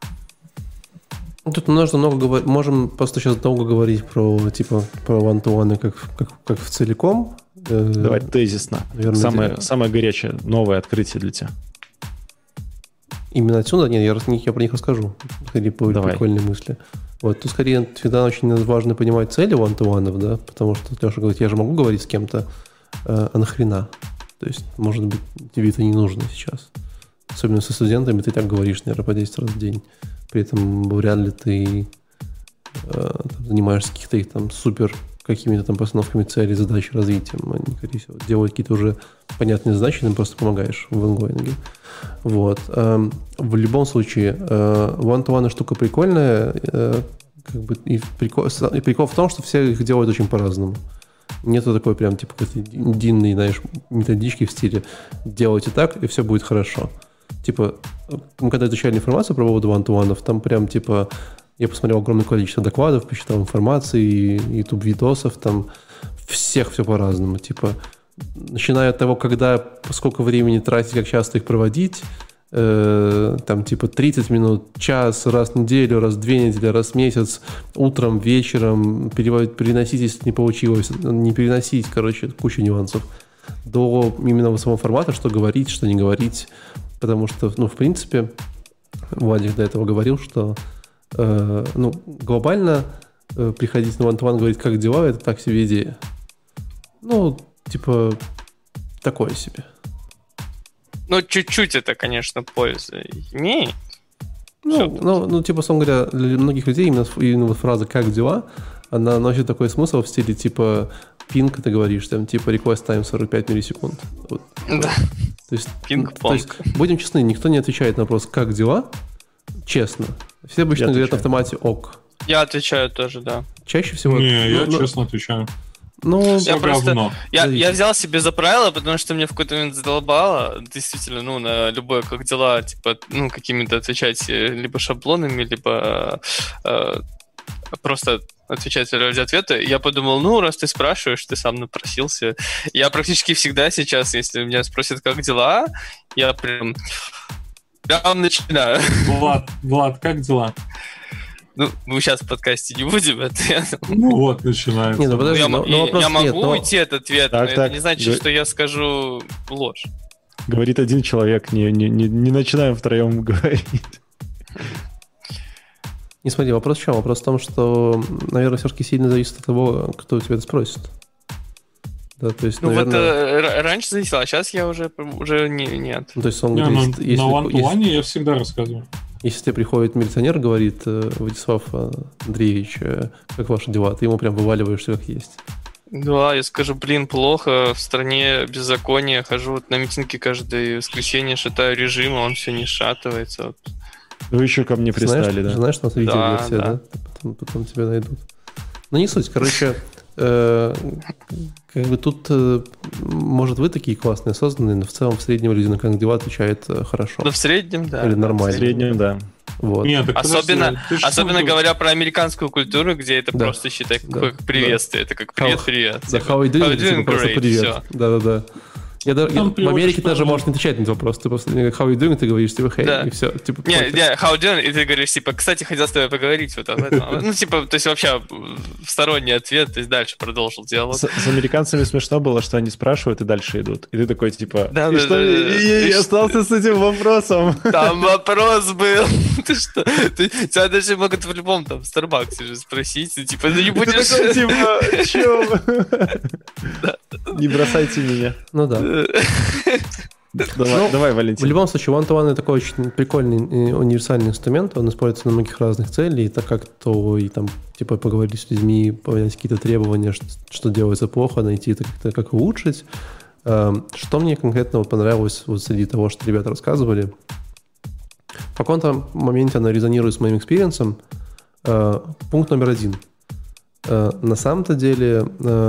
Тут нужно много говорить. Можем просто сейчас долго говорить про типа про one-to-one как, как, как в целиком. Давай тезисно. Наверное, самое, самое горячее, новое открытие для тебя. Именно отсюда? Нет, я, я про них расскажу. Скорее, по прикольные мысли. Вот, тут скорее всегда очень важно понимать цели one-to-one, да, потому что Леша говорит, я же могу говорить с кем-то, а нахрена? То есть, может быть, тебе это не нужно сейчас. Особенно со студентами ты так говоришь, наверное, по десять раз в день. При этом вряд ли ты э, там, занимаешься каких-то их там супер какими-то там постановками целей, задач, развитием. Они, скорее всего, делают какие-то уже понятные задачи, ты им просто помогаешь в ингоинге. Вот. Э, в любом случае, э, one-to-one штука прикольная. Э, как бы, и, прикол, и прикол в том, что все их делают очень по-разному. Нету такой прям типа единой, знаешь, методички в стиле делайте так, и все будет хорошо. Типа, мы когда изучали информацию про поводу one-to-one, там прям типа я посмотрел огромное количество докладов, посчитал информации, YouTube-видосов, там всех все по-разному. Типа, начиная от того, когда, сколько времени тратить, как часто их проводить, э, там типа тридцать минут, час, раз в неделю, раз в две недели, раз в месяц, утром, вечером, переводить, переносить, если не получилось, не переносить, короче, куча нюансов, до именно самого формата, что говорить, что не говорить. Потому что, ну, в принципе, Владик до этого говорил, что э, ну, глобально э, приходить на one-to-one, говорить, как дела, это так себе идея. Ну, типа, такое себе. Ну, чуть-чуть это, конечно, польза имеет. Ну, ну, ну, типа, собственно говоря, для многих людей именно, именно вот фраза «как дела», она носит такой смысл в стиле, типа, пинг, ты говоришь, там, типа, request time сорок пять миллисекунд. Вот. Да. То есть, Пинг-понг. То есть, будем честны, никто не отвечает на вопрос «как дела?» честно. Все обычно я говорят на автомате «ок». Я отвечаю тоже, да. Чаще всего... Не, ну, я ну, честно отвечаю. Ну, я просто, я, зависит. я взял себе за правило, потому что мне в какой-то момент задолбало, действительно, ну, на любое «как дела», типа, ну, какими-то отвечать либо шаблонами, либо э, просто отвечать ради ответа. Я подумал, ну, раз ты спрашиваешь, ты сам напросился. Я практически всегда сейчас, если меня спросят, как дела, я прям, прям начинаю. Влад, Влад, как дела? Ну, мы сейчас в подкасте не будем, это я... Ну вот, начинается. Не, ну, подожди, я, но, я, но я могу нет, но... уйти от ответа, так, но так, это не значит, г... что я скажу ложь. Говорит один человек, не, не, не, не начинаем втроем говорить. Не смотри, вопрос в чем? Вопрос в том, что, наверное, все-таки сильно зависит от того, кто у тебя это спросит. Да, то есть, ну наверное... вот э, раньше зависело, а сейчас я уже, уже не, нет. Ну, то есть, он не, говорит, на, если, на one-to-one если, я всегда рассказываю. если тебе приходит милиционер, говорит, Владислав Андреевич, как ваши дела, ты ему прям вываливаешь все как есть. Да, я скажу, блин, плохо, в стране беззакония, хожу вот на митинги каждое воскресенье, шатаю режим, а он все не сшатывается. Вот. Вы еще ко мне пристали, знаешь, да? Знаешь, у нас видеоверсия, да? да? Потом, потом тебя найдут. Ну, не суть. Короче, э, как бы тут, э, может, вы такие классные, созданные, но в целом в среднем люди на как дела отвечают э, хорошо. Ну, в среднем, да. Или нормально. В среднем, да. Вот. Нет, особенно подожди, особенно сам... говоря про американскую культуру, где это да. просто, считай, да. как приветствие. Да. Это как привет-привет. Да, how are you doing? Типа, просто привет. Да-да-да. Я, я, в Америке даже можешь не отвечать на этот вопрос. Ты просто how you doing, ты говоришь, типа, hey, да. и все. Типа, не, не, how doing, и ты говоришь, типа, кстати, хотел с тобой поговорить вот об этом. Ну, типа, то есть вообще сторонний ответ, то есть дальше продолжил диалог. С, с американцами смешно было, что они спрашивают и дальше идут. И ты такой, типа, да, и да, что, да, и, да. и, и остался с этим вопросом. Там вопрос был. Ты что? Ты, тебя даже могут в любом там Старбаксе же спросить, ты, типа, ты не будешь... Ты такой, типа, чё? Не бросайте меня. Ну да. Давай, ну, давай, Валентин. В любом случае, one-to-one такой очень прикольный универсальный инструмент. Он используется на многих разных целей, так как то и там, типа, поговорить с людьми, понять какие-то требования, что, что делается плохо, найти это как-то, как улучшить. Что мне конкретно вот понравилось вот среди того, что ребята рассказывали. В каком-то моменте оно резонирует с моим экспириенсом. Пункт номер один. На самом-то деле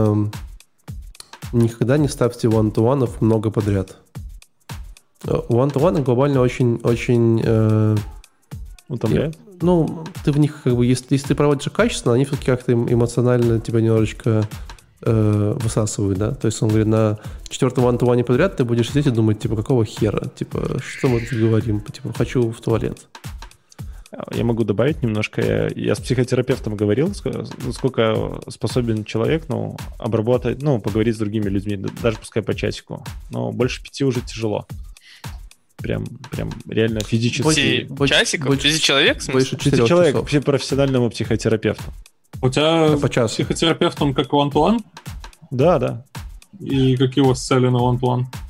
никогда не ставьте one-to-one много подряд. One-to-one глобально очень, очень э, утомляет. Ну, ты в них как бы, если, если ты проводишь их качественно, они все-таки как-то эмоционально тебя немножечко э, высасывают, да. То есть, он говорит, на четвертом one-to-one подряд ты будешь сидеть и думать, типа, какого хера? Типа, что мы тут говорим? Типа, хочу в туалет. Я могу добавить немножко. Я, я с психотерапевтом говорил, сколько способен человек, ну, обработать, ну, поговорить с другими людьми, даже пускай по часику. Но больше пяти уже тяжело. Прям, прям реально физически. Больше, часиков? Больше, Пяти человек? Больше четырех человек, вообще профессиональному психотерапевту. У тебя по часу. Психотерапевт, он как one-to-one? Да, да. И какие у вас цели на one-to-one?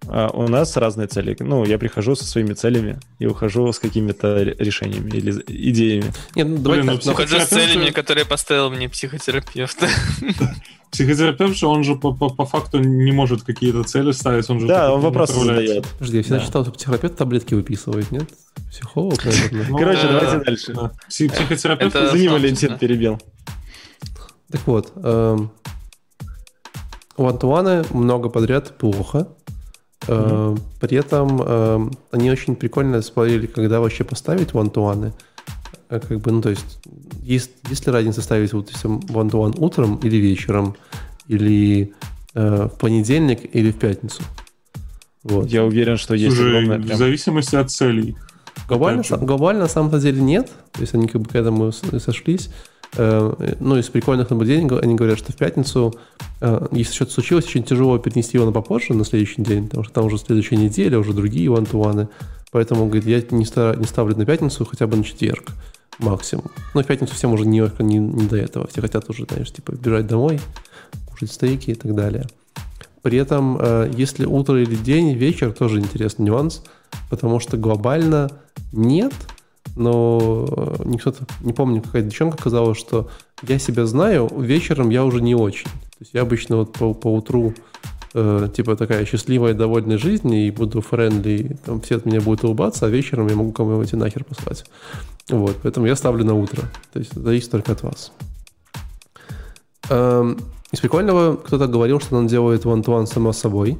А у нас разные цели. Ну, я прихожу со своими целями и ухожу с какими-то решениями или идеями. Нет, ну, давай Блин, так, ну, ухожу с целями, которые поставил мне психотерапевт. Психотерапевт же, он же по, по, по факту не может какие-то цели ставить, он же... Да, он вопросы задает. Подожди, я всегда да. читал, что психотерапевт таблетки выписывает, нет? Психолог, наверное. Ну, Короче, да, давайте дальше. Да. Психотерапевт... Это Извини, Валентин, перебил. Так вот, эм, one-to-one много подряд плохо. Mm-hmm. Э, при этом э, они очень прикольно спорили, когда вообще поставить one-to-one. Э, как бы, ну, то есть, есть, есть ли разница ставить вот, one-to-one утром или вечером, или э, в понедельник, или в пятницу? Вот. Я уверен, что есть Слушай, огромное... Прям... в зависимости от целей. Глобально, глобально, на самом деле, нет. То есть, они как бы к этому сошлись. Ну, из прикольных наблюдений они говорят, что в пятницу, если что-то случилось, очень тяжело перенести его на попозже, на следующий день, потому что там уже следующая неделя, уже другие one-to-one. Поэтому, говорит, я не ставлю на пятницу, хотя бы на четверг максимум. Но в пятницу всем уже не, не, не до этого. Все хотят уже, знаешь, типа бежать домой, кушать стейки и так далее. При этом, если утро или день, вечер, тоже интересный нюанс, потому что глобально нет. Но никто не помню, какая-то девчонка сказала, что я себя знаю, вечером я уже не очень. То есть я обычно вот по, по утру э, типа такая счастливая, довольная жизнь, и буду френдли, там все от меня будут улыбаться, а вечером я могу кому-нибудь и нахер послать. Вот, поэтому я ставлю на утро. То есть это зависит только от вас. Эм, из прикольного кто-то говорил, что он делает one-to-one сама с собой.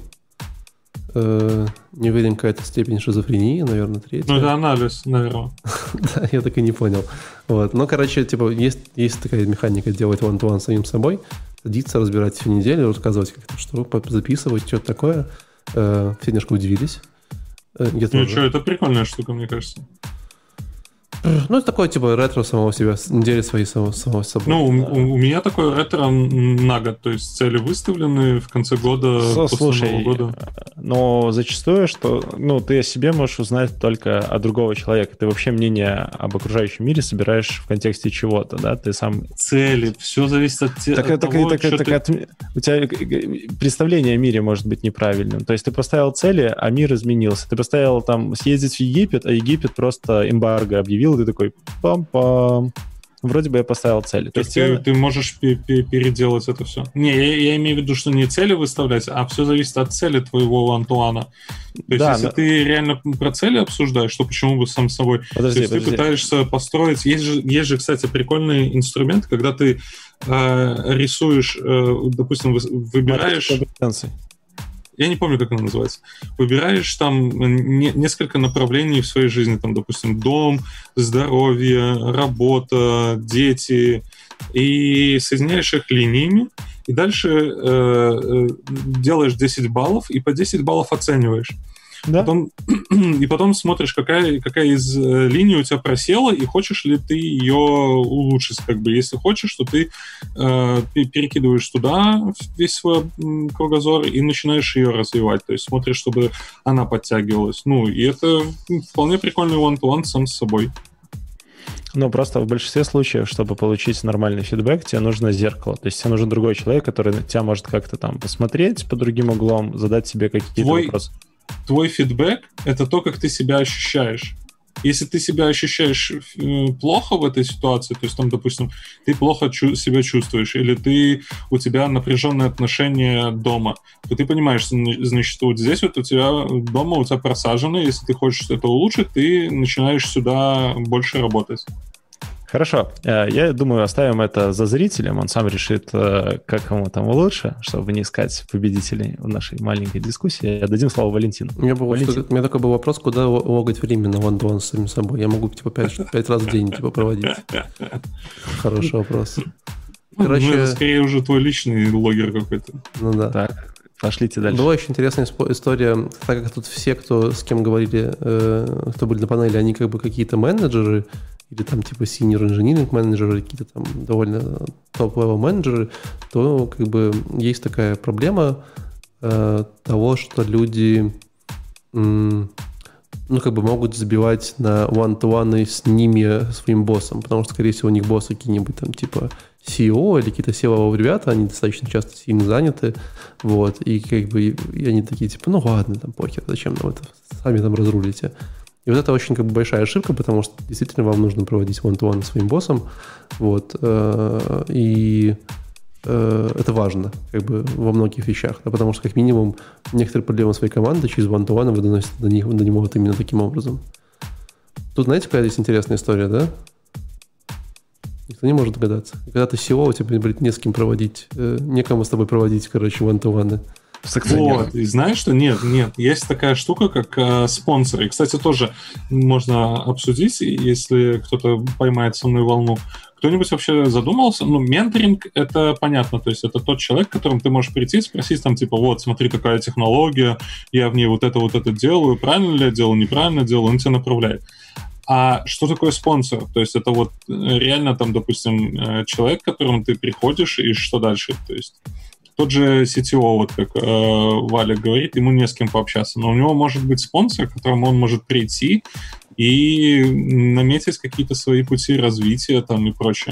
Не уверен, какая-то степень шизофрении, наверное, третья. Ну, это анализ, наверное. Да, я так и не понял. Вот. Ну, короче, типа, есть, есть такая механика делать one-to-one самим собой, садиться, разбирать всю неделю, рассказывать как-то, что записывать, что-то такое. Все немножко удивились. Я ну, тоже. Что, это прикольная штука, мне кажется. Ну, это такое, типа, ретро самого себя, недели свои самого, самого собой. Ну, да. у, у меня такое ретро на год, то есть цели выставлены в конце года, Со, после слушай, Нового года. Но зачастую, что, ну, ты о себе можешь узнать только от другого человека. Ты вообще мнение об окружающем мире собираешь в контексте чего-то, да? Ты сам... Цели, все зависит от, те, так, от так, того, так, что так, ты... от... У тебя представление о мире может быть неправильным. То есть ты поставил цели, а мир изменился. Ты поставил там съездить в Египет, а Египет просто эмбарго объявил, и ты такой... Пам-пам. Вроде бы я поставил цели. То есть ты, я... ты можешь переделать это все. Не, я, я имею в виду, что не цели выставлять, а все зависит от цели твоего one-to-one. То есть да, если но... ты реально про цели обсуждаешь, то почему бы сам с собой? Подожди, То есть подожди. ты пытаешься построить... Есть же, есть же, кстати, прикольный инструмент, когда ты э, рисуешь, э, допустим, выбираешь... Я не помню, как она называется. Выбираешь там не, несколько направлений в своей жизни, там, допустим, дом, здоровье, работа, дети, и соединяешь их линиями, и дальше э, делаешь десять баллов, и по десять баллов оцениваешь. Да? Потом, и потом смотришь, какая, какая из линий у тебя просела, и хочешь ли ты ее улучшить. Как бы. Если хочешь, то ты э, перекидываешь туда весь свой кругозор и начинаешь ее развивать. То есть смотришь, чтобы она подтягивалась. Ну, и это вполне прикольный one-to-one сам с собой. Ну, просто в большинстве случаев, чтобы получить нормальный фидбэк, тебе нужно зеркало. То есть тебе нужен другой человек, который тебя может как-то там посмотреть под другим углом, задать тебе какие-то Твой... вопросы. Твой фидбэк — это то, как ты себя ощущаешь. Если ты себя ощущаешь плохо в этой ситуации, то есть там, допустим, ты плохо чу- себя чувствуешь, или ты, у тебя напряженные отношения дома, то ты понимаешь, значит, вот здесь вот у тебя дома у тебя просажено, если ты хочешь это улучшить, ты начинаешь сюда больше работать. Хорошо. Я думаю, оставим это за зрителем. Он сам решит, как ему там лучше, чтобы не искать победителей в нашей маленькой дискуссии. Отдадим слово Валентину. У меня, был, Валентин. Что, у меня такой был вопрос, куда логать время на one-to-one с самим собой. Я могу типа пять, пять раз в день типа проводить. Хороший вопрос. Короче... Ну, это скорее уже твой личный логер какой-то. Ну да. Так, пошлите дальше. Была очень интересная история, так как тут все, кто с кем говорили, э, кто были на панели, они как бы какие-то менеджеры, или там типа senior engineering менеджеры, какие-то там довольно топ-левел менеджеры, то как бы есть такая проблема э, того, что люди м, ну, как бы могут забивать на one-to-one с ними, своим боссом, потому что, скорее всего, у них боссы какие-нибудь там, типа, си и о или какие-то силовые ребята, они достаточно часто сильно заняты, вот, и как бы и они такие, типа, ну, ладно, там, похер, зачем нам это, сами там разрулите. И вот это очень как бы большая ошибка, потому что действительно вам нужно проводить one-to-one с своим боссом, вот, и это важно, как бы, во многих вещах, да, потому что, как минимум, некоторые проблемы своей команды через one-to-one вы доносите до, них, до него вот именно таким образом. Тут, знаете, какая здесь интересная история, да? Никто не может догадаться. Когда ты си и о, у тебя, блин, не с кем проводить, э, некому с тобой проводить, короче, one-to-one. Вот, и знаешь что? Нет, нет, есть такая штука, как э, спонсоры. И, кстати, тоже можно обсудить, если кто-то поймает со мной волну. Кто-нибудь вообще задумался? Ну, менторинг — это понятно, то есть это тот человек, к которому ты можешь прийти и спросить, там, типа, вот, смотри, такая технология, я в ней вот это, вот это делаю, правильно ли я делаю, неправильно делаю, он тебя направляет. А что такое спонсор? То есть это вот реально, там, допустим, человек, к которому ты приходишь, и что дальше? То есть тот же си ти о, вот как э, Валя говорит, ему не с кем пообщаться, но у него может быть спонсор, к которому он может прийти и наметить какие-то свои пути развития там и прочее.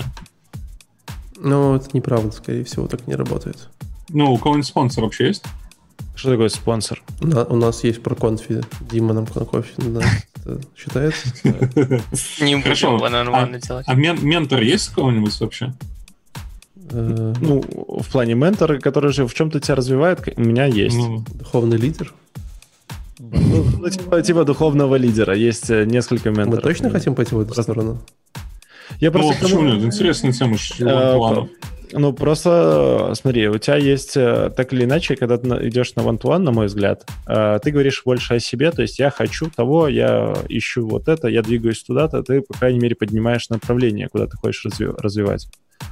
Ну, это неправда, скорее всего, так не работает. Ну, у кого-нибудь спонсор вообще есть? Что такое спонсор? На, у нас есть про конфи. Дима нам на кофе. Да, это считается? Не будем one-on-one делать. А ментор есть у кого-нибудь вообще? Ну, в плане ментора, который же в чем-то тебя развивает, у меня есть. Духовный лидер? Ну, ну типа, типа духовного лидера. Есть несколько менторов. Мы точно хотим пойти в эту сторону? Я просто... Ну, почему нет? Интересная тема. One-to-one. Ну, просто смотри, у тебя есть так или иначе, когда ты идешь на one-to-one, на мой взгляд, ты говоришь больше о себе, то есть я хочу того, я ищу вот это, я двигаюсь туда-то, ты, по крайней мере, поднимаешь направление, куда ты хочешь разви- развивать.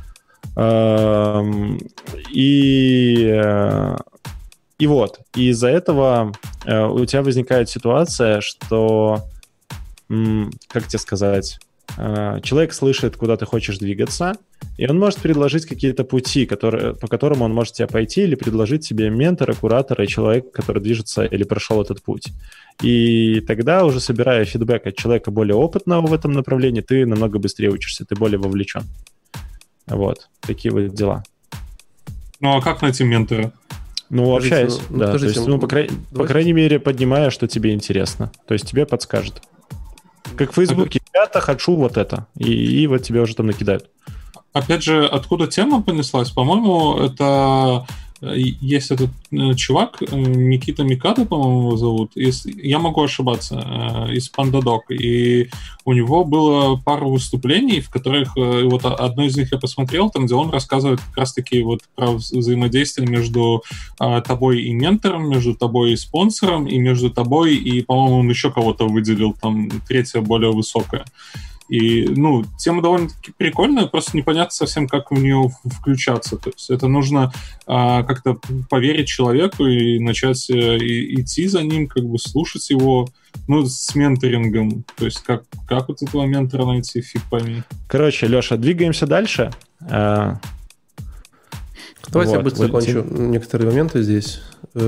И, и вот, и из-за этого у тебя возникает ситуация, что, как тебе сказать, человек слышит, куда ты хочешь двигаться, и он может предложить какие-то пути, которые, по которым он может тебя пойти, или предложить тебе ментора, куратора, человека, который движется или прошел этот путь. И тогда, уже собирая фидбэк от человека более опытного в этом направлении, ты намного быстрее учишься, ты более вовлечен. Вот, такие вот дела. Ну, а как найти ментора? Ну, общаясь, ну, да. То есть, ну, по, край... по крайней мере, поднимая, что тебе интересно. То есть тебе подскажет. Как в Фейсбуке, ребята, хочу вот это. И, и вот тебе уже там накидают. Опять же, откуда тема понеслась? По-моему, это есть этот чувак, Никита Микадо, по-моему, его зовут. Из, я могу ошибаться, из PandaDoc. И у него было пару выступлений, в которых, вот одно из них я посмотрел, там, где он рассказывает как раз-таки вот про взаимодействие между тобой и ментором, между тобой и спонсором, и между тобой и, по-моему, он еще кого-то выделил, там, третье, более высокое. И, ну, тема довольно-таки прикольная, просто непонятно совсем, как в нее включаться. То есть это нужно а, как-то поверить человеку и начать а, и, идти за ним, как бы слушать его, ну, с менторингом. То есть как, как вот этого ментора найти, фиг пойми. Короче, Леша, двигаемся дальше. А... Давайте вот, я быстро закончу Валентин. Некоторые моменты здесь.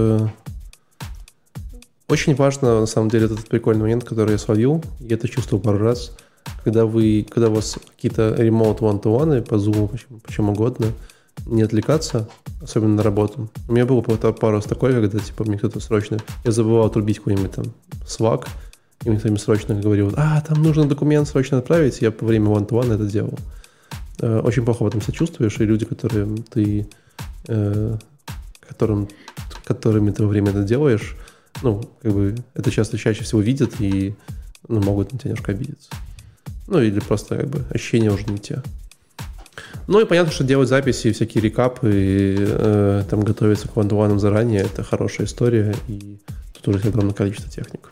Очень важно, на самом деле, этот прикольный момент, который я словил, я это чувствовал пару раз. Когда вы, когда у вас какие-то remote one-to-one по Zoom, почему, почему угодно, не отвлекаться, особенно на работу. У меня было пару раз такое, когда типа мне кто-то срочно... Я забывал отрубить какой-нибудь там Slack, и мне кто-нибудь срочно говорил, а, там нужно документ срочно отправить, я во время one-to-one это делал. Очень плохо в этом сочувствуешь, и люди, которые ты, которым, которыми ты во время это делаешь, ну, как бы это часто чаще всего видят и ну, могут на тебя немножко обидеться. Ну, или просто как бы ощущения уже не те. Ну, и понятно, что делать записи, всякие рекапы, и э, там готовиться к one-to-one заранее, это хорошая история, и тут уже огромное количество техник.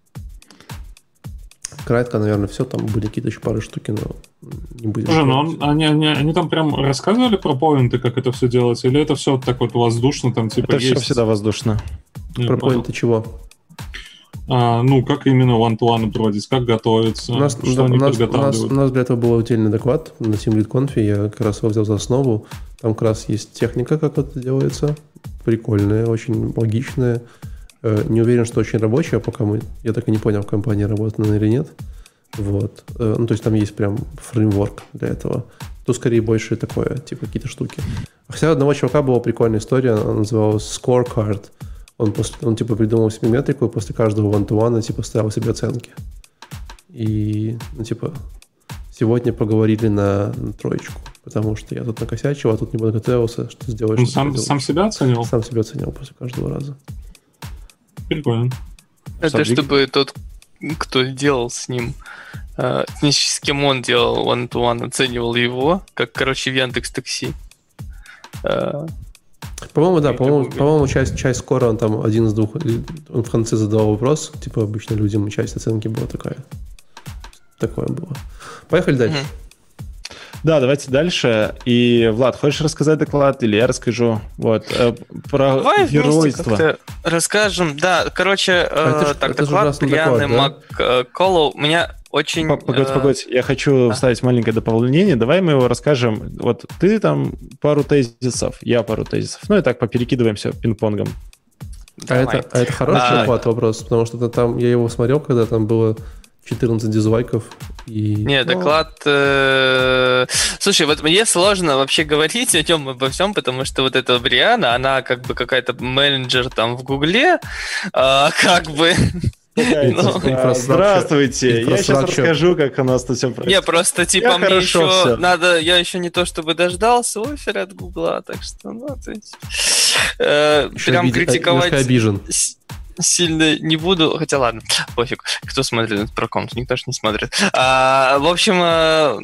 Кратко, наверное, все. Там были какие-то еще пары штуки, но не будем... Слушай, ну он, они, они, они там прям рассказывали про поинты, как это все делается, или это все так вот воздушно, там типа это есть... все всегда воздушно. Не, про поинты чего? А, ну, как именно one-to-one проводить, как готовиться, у нас, что да, они у нас, подготавливают. У нас, у нас для этого был отдельный доклад на TeamLead.conf, я как раз его взял за основу. Там как раз есть техника, как это делается, прикольная, очень логичная. Не уверен, что очень рабочая, пока мы... Я так и не понял, в компании работает она или нет. Вот. Ну, то есть там есть прям фреймворк для этого. Тут скорее больше такое, типа какие-то штуки. Хотя у одного чувака была прикольная история, она называлась Scorecard. Он, после, он типа придумал себе метрику, и после каждого one-to-one типа ставил себе оценки. И, ну, типа, сегодня поговорили на, на троечку, потому что я тут накосячил, а тут не подготовился, что сделать. Он что сам, сам себя оценил? Сам себя оценил после каждого раза. Прикольно. Это Сабик. Чтобы тот, кто делал с ним, э, с кем он делал one-to-one, оценивал его, как, короче, в Яндекс.Такси. Э, по-моему, да, по-моему, по-моему часть, часть скоро он там один из двух, он в конце задал вопрос, типа обычно людям часть оценки была такая. Такое было. Поехали дальше. Mm-hmm. Да, давайте дальше. И, Влад, хочешь рассказать доклад или я расскажу? Вот, э, про Давай геройство. Расскажем. Да, короче, а э, так, доклад Брианы Макколлоу. У меня очень... Погодь, э... погодь, я хочу да. вставить маленькое дополнение. Давай мы его расскажем. Вот ты там пару тезисов, я пару тезисов. Ну и так поперекидываемся пинг-понгом. А это, а это хороший а... доклад вопрос, потому что там я его смотрел, когда там было четырнадцать дизлайков. И... Не, доклад... Э... Слушай, вот мне сложно вообще говорить о нем, обо всем, потому что вот эта Бриана, она как бы какая-то менеджер там в Гугле, а, как бы... Ну, здравствуйте, я сейчас расскажу, как у нас тут все происходит. Не, просто типа я мне еще все. надо, я еще не то чтобы дождался оффера от Гугла, так что, ну, то есть, э, прям оби- критиковать обижен. Сильно не буду, хотя ладно, пофиг, кто смотрит этот прокомп, никто же не смотрит. А, в общем, а...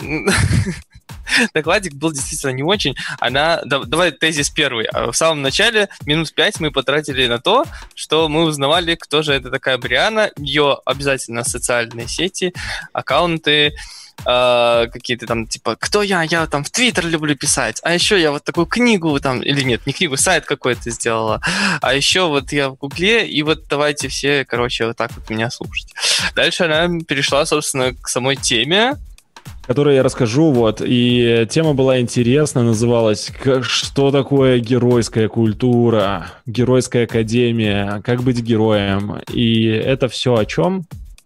докладик был действительно не очень. Она, да, давай тезис первый. В самом начале минут пять мы потратили на то, что мы узнавали, кто же это такая Бриана. Ее обязательно социальные сети, аккаунты, э, какие-то там типа кто я? Я там в Твиттер люблю писать. А еще я вот такую книгу там, или нет, не книгу, сайт какой-то сделала. А еще вот я в Гугле, и вот давайте все, короче, вот так вот меня слушать. Дальше она перешла, собственно, к самой теме, которую я расскажу, вот, и тема была интересна, называлась «Что такое геройская культура?», «Геройская академия», «Как быть героем?». И это все о чем?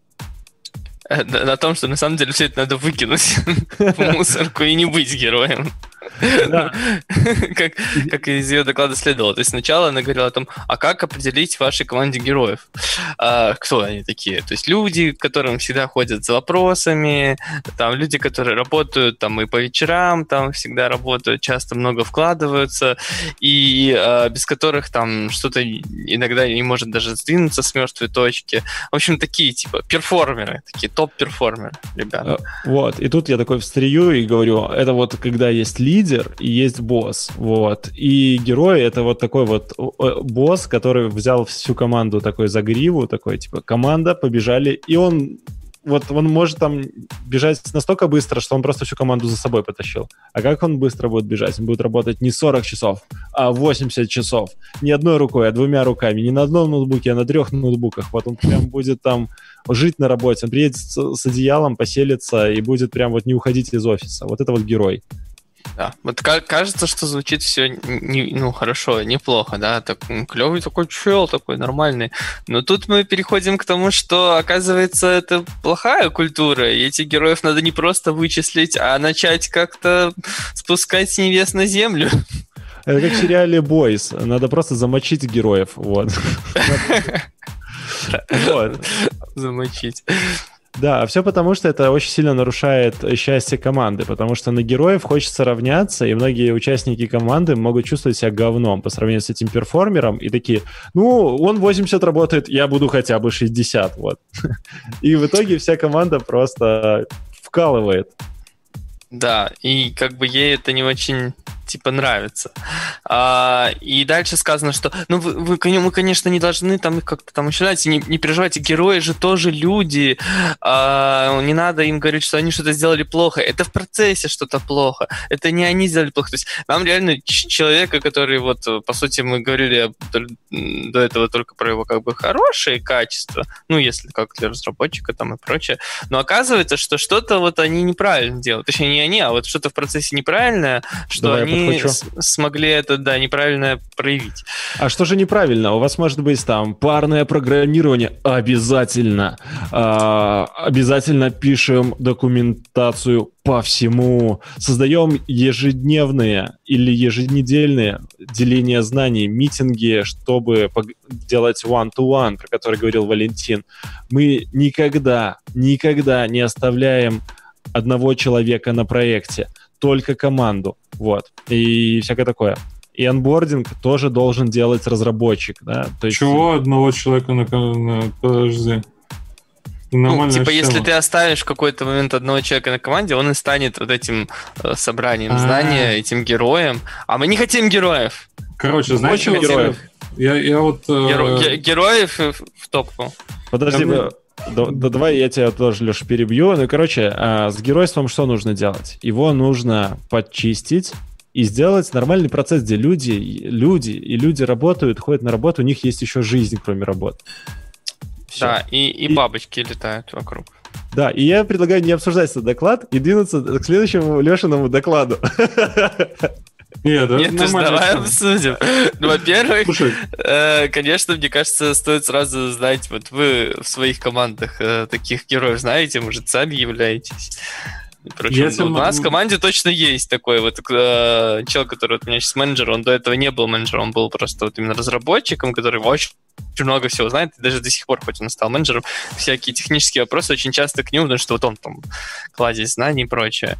На том, что на самом деле все это надо выкинуть в мусорку и не быть героем. Да. как, как из ее доклада следовало. То есть сначала она говорила о том, а как определить в вашей команде героев? А, кто они такие? То есть люди, к которым всегда ходят за вопросами, там люди, которые работают там и по вечерам, там всегда работают, часто много вкладываются, и а, без которых там что-то иногда не может даже сдвинуться с мертвой точки. В общем, такие типа перформеры, такие топ-перформеры, ребята. Вот, и тут я такой встряю и говорю, это вот когда есть лидер, и есть босс, вот. И герой — это вот такой вот босс, который взял всю команду такой за гриву, такой, типа, команда, побежали, и он вот он может там бежать настолько быстро, что он просто всю команду за собой потащил. А как он быстро будет бежать? Он будет работать не сорок часов, а восемьдесят часов. Не одной рукой, а двумя руками. Не на одном ноутбуке, а на трех ноутбуках. Вот он прям будет там жить на работе. Он приедет с, с одеялом, поселится и будет прям вот не уходить из офиса. Вот это вот герой. Да, вот кажется, что звучит все не, ну, хорошо, неплохо, да, так, клевый такой чел, такой нормальный. Но тут мы переходим к тому, что, оказывается, это плохая культура, и этих героев надо не просто вычислить, а начать как-то спускать с небес на землю. Это как в сериале «Бойс», надо просто замочить героев, вот. Замочить. Да, все потому, что это очень сильно нарушает счастье команды, потому что на героев хочется равняться, и многие участники команды могут чувствовать себя говном по сравнению с этим перформером, и такие, ну, он восемьдесят работает, я буду хотя бы шестьдесят, вот. И в итоге вся команда просто вкалывает. Да, и как бы ей это не очень, типа, нравится. А, и дальше сказано, что, ну, вы, вы, мы, конечно, не должны там их как-то там еще, знаете, не, не переживайте, герои же тоже люди, а, не надо им говорить, что они что-то сделали плохо, это в процессе что-то плохо, это не они сделали плохо, то есть нам реально человека, который вот, по сути, мы говорили до этого только про его как бы хорошие качества, ну, если как для разработчика там и прочее, но оказывается, что что-то вот они неправильно делают, точнее, не они, а вот что-то в процессе неправильное, что Давай они они с- смогли это, да, неправильно проявить. А что же неправильно? У вас может быть там парное программирование? Обязательно. А, обязательно пишем документацию по всему. Создаем ежедневные или еженедельные деления знаний, митинги, чтобы делать one-to-one, про который говорил Валентин. Мы никогда, никогда не оставляем одного человека на проекте, только команду. Вот. И всякое такое. И онбординг тоже должен делать разработчик. Да? То есть... Чего одного человека на... на... Подожди. Ну, типа, система. Если ты оставишь в какой-то момент одного человека на команде, он и станет вот этим э, собранием знания, этим героем. А мы не хотим героев. Короче, знаешь, что героев? Я, я вот... Э... Геро... Ге- героев в, в топку. Подожди, я... да, да, давай я тебя тоже, Леша, перебью. Ну, короче, а с геройством что нужно делать? Его нужно подчистить и сделать нормальный процесс, где люди, люди и люди работают, ходят на работу, у них есть еще жизнь, кроме работы. Все. Да, и, и, и бабочки летают вокруг. Да, и я предлагаю не обсуждать этот доклад и двинуться к следующему Лешиному докладу. Нет, да, Нет, давай обсудим. Ну, во-первых, э, конечно, мне кажется, стоит сразу знать, вот вы в своих командах э, таких героев знаете, может, сами являетесь. Причем, ну, у нас в команде точно есть такой вот э, человек, который вот у меня сейчас менеджер, он до этого не был менеджером, он был просто вот именно разработчиком, который очень много всего знает, и даже до сих пор, хоть он стал менеджером, всякие технические вопросы очень часто к нему, потому что вот он там кладезь знаний и прочее.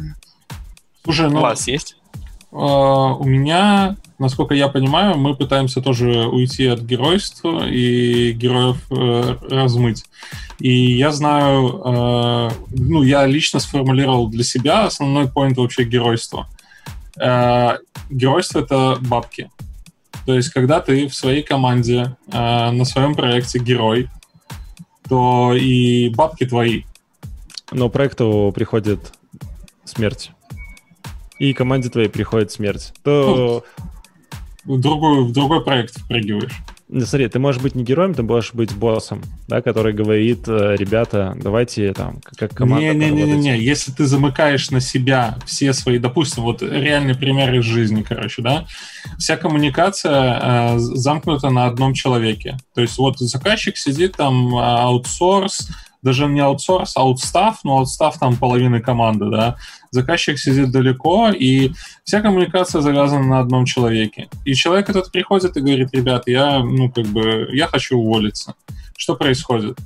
Слушай, ну, у вас есть? Uh, у меня, насколько я понимаю, мы пытаемся тоже уйти от геройства и героев uh, размыть. И я знаю, uh, ну, я лично сформулировал для себя основной поинт вообще геройства. Uh, геройство — это бабки. То есть, когда ты в своей команде, uh, на своем проекте герой, то и бабки твои. Но проекту приходит смерть. И команде твоей приходит смерть, то... Ну, в, другой, в другой проект впрыгиваешь. Ну, смотри, ты можешь быть не героем, ты можешь быть боссом, да, который говорит: ребята, давайте там, как команда Не-не-не, если ты замыкаешь на себя все свои, допустим, вот реальный пример из жизни, короче, да, вся коммуникация э, замкнута на одном человеке. То есть вот заказчик сидит там, аутсорс, даже не аутсорс, а аутстаф, но аутстаф там половины команды, да. Заказчик сидит далеко, и вся коммуникация завязана на одном человеке. И человек этот приходит и говорит: ребят, я, ну, как бы, я хочу уволиться. Что происходит?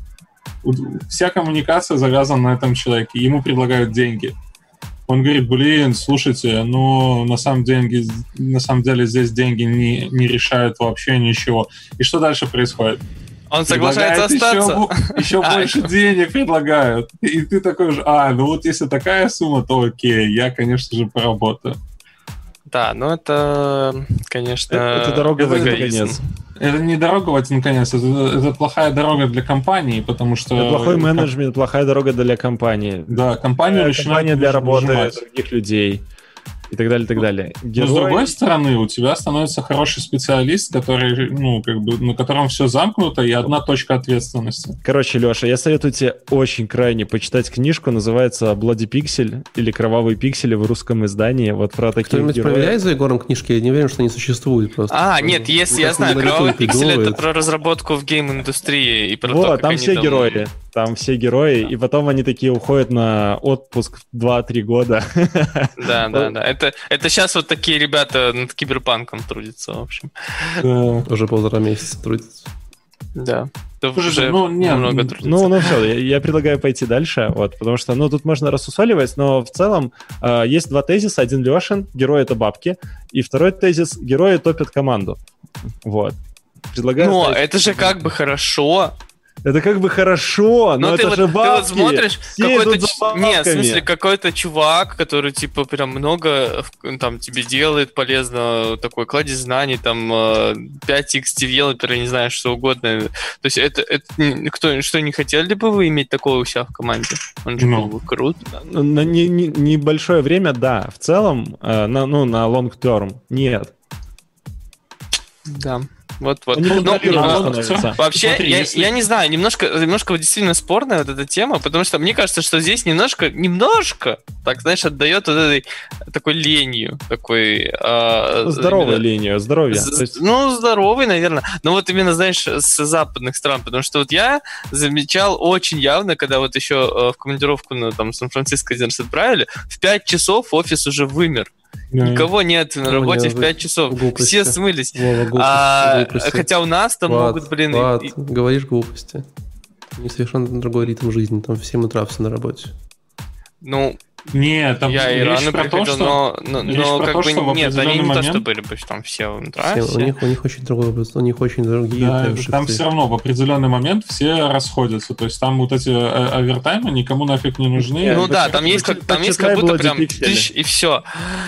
Вся коммуникация завязана на этом человеке. Ему предлагают деньги. Он говорит: блин, слушайте, ну, на самом деле, на самом деле здесь деньги не, не решают вообще ничего. И что дальше происходит? Он соглашается остаться. Еще, еще больше денег предлагают. И ты такой же: а, ну вот если такая сумма, то окей, я, конечно же, поработаю. Да, ну это, конечно... Это, это дорога в один конец. Это не дорога в один конец, это, это плохая дорога для компании, потому что... Это плохой менеджмент, плохая дорога для компании. Да, компания начинает... Компания для работы нажимать. Других людей. И так далее, и так далее. Герой... Но с другой стороны, у тебя становится хороший специалист, который, ну, как бы, на котором все замкнуто, и одна точка ответственности. Короче, Леша, я советую тебе очень крайне почитать книжку, называется «Bloody Pixel» или «Кровавые пиксели» в русском издании. Вот про таких Кто-нибудь героев. проверяет за Егором книжки? Я не уверен, что они существуют просто. А, нет, если я знаю, «Кровавые пиксели» — это про разработку в гейм-индустрии. И про вот, то, там все там... герои. Там все герои, и потом они такие уходят на отпуск два-три года. Да, да, да. Это, это сейчас вот такие ребята над киберпанком трудятся, в общем. Да. Уже полтора месяца трудятся. Да. Уже ну, не, много трудится. Ну, ну все, я, я предлагаю пойти дальше, вот, потому что, ну, тут можно рассусоливать, но в целом э, есть два тезиса. Один Лешин: герои — это бабки. И второй тезис: герои топят команду. Вот. Предлагаю... Но сказать, это же как бы хорошо. Это как бы хорошо, но, но это ты же вот, бабки. Ты вот смотришь, все какой-то... Ч... Нет, в смысле, какой-то чувак, который, типа, прям много там тебе делает полезно, такой кладезь знаний, там, пять икс девелопера, не знаю, что угодно. То есть это, это кто, что, не хотели бы вы иметь такого у себя в команде? Он же ну, был бы крут. На не, не, небольшое время, да. В целом, на, ну, на long term нет. Да. Вот, вот. Ну, ну, ну, вообще, Смотри, я, если... я не знаю, немножко, немножко действительно спорная вот эта тема, потому что мне кажется, что здесь немножко, немножко, так, знаешь, отдает вот этой такой ленью, такой... Э, здоровой именно, ленью, здоровье. З- есть... Ну, здоровый, наверное, но вот именно, знаешь, с западных стран, потому что вот я замечал очень явно, когда вот еще э, в командировку на там Сан-Франциско отправили, в пять часов офис уже вымер. Да. Никого нет на работе ну, в пять часов. Глупости. Все смылись. Вова, глупости, а, глупости. Хотя у нас там Влад, могут, блин... Влад, и... говоришь глупости. Не совершенно другой ритм жизни. Там в семь утра все на работе. Ну... Нет, там я и рано приходил, то, что... но, но, но как то, бы нет, они не момент... то, что были бы там все утра. Все, все. У, них, у них очень другой образ, у них очень другие да, там все равно в определенный момент все расходятся. То есть там вот эти овертаймы никому нафиг не нужны. Ну да, там есть как, там есть как будто прям тысяч и все.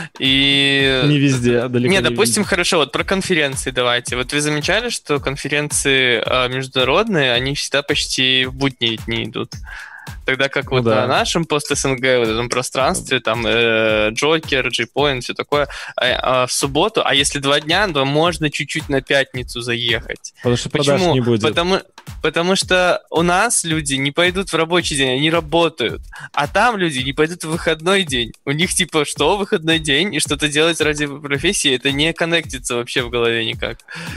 И... Не везде, далеко не, не допустим, везде. Хорошо, вот про конференции давайте. Вот вы замечали, что конференции международные, они всегда почти в будние дни идут? Тогда как ну, вот да. на нашем пост-СНГ, в этом пространстве, там, э, Джокер, G-Point, все такое, а, а в субботу, а если два дня, то можно чуть-чуть на пятницу заехать. Потому что продаж Почему? не будет. Потому, потому что у нас люди не пойдут в рабочий день, они работают, а там люди не пойдут в выходной день. У них типа, что выходной день, и что-то делать ради профессии, это не коннектится вообще в голове никак.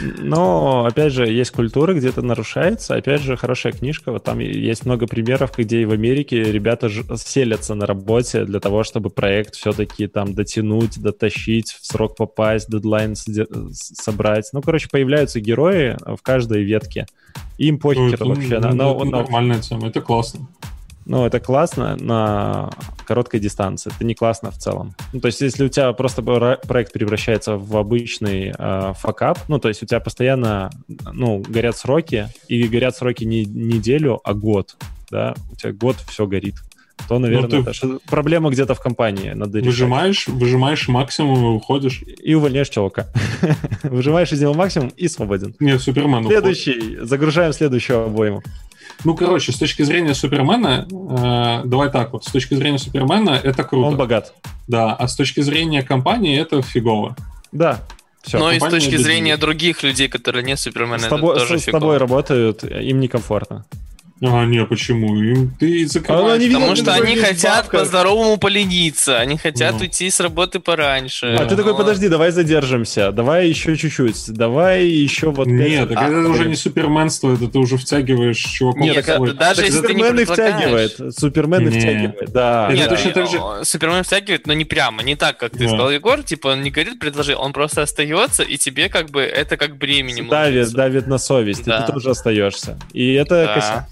Но, опять же, есть культура, где это нарушается. Опять же, хорошая книжка, вот там есть много примеров, где и в Америке ребята селятся на работе для того, чтобы проект все-таки там дотянуть, дотащить, в срок попасть, дедлайн собрать. Ну, короче, появляются герои в каждой ветке. Им похер это, вообще. Это, на, это на, нормальная тема, это классно. Ну, это классно на короткой дистанции, это не классно в целом. Ну, то есть, если у тебя просто проект превращается в обычный э, факап, ну, то есть у тебя постоянно, ну, горят сроки, и горят сроки не неделю, а год, да, у тебя год все горит, то, наверное, это ты... проблема где-то в компании. Надо выжимаешь, выжимаешь максимум и уходишь. И увольняешь чувака. Выжимаешь из него максимум и свободен. Нет, Супермен Следующий. Загружаем следующую обойму. Ну, короче, с точки зрения Супермена, э, давай так вот, с точки зрения Супермена это круто. Он богат. Да, а с точки зрения компании это фигово. Да. Все, но и с точки зрения людей. Других людей, которые не Супермены, с тобой, это тоже с, фигово. С тобой работают, им некомфортно. А, не, почему? Им ты закрываешь. А Потому что они хотят по-здоровому полениться, они хотят ну. уйти с работы пораньше. А но... ты такой, подожди, давай задержимся, давай еще чуть-чуть, давай еще вот... Нет, так а, это а, уже не суперменство, это ты уже втягиваешь чуваков. Нет, так, даже так если Супермен ты не и втягивает, Супермен и втягивает, да. Нет, точно так же... Супермен втягивает, но не прямо, не так, как ты да. сказал, Егор, типа он не говорит, предложи, он просто остается, и тебе как бы это как бременем. Давит, давит на совесть, да. и ты тоже остаешься. И это да. косяк.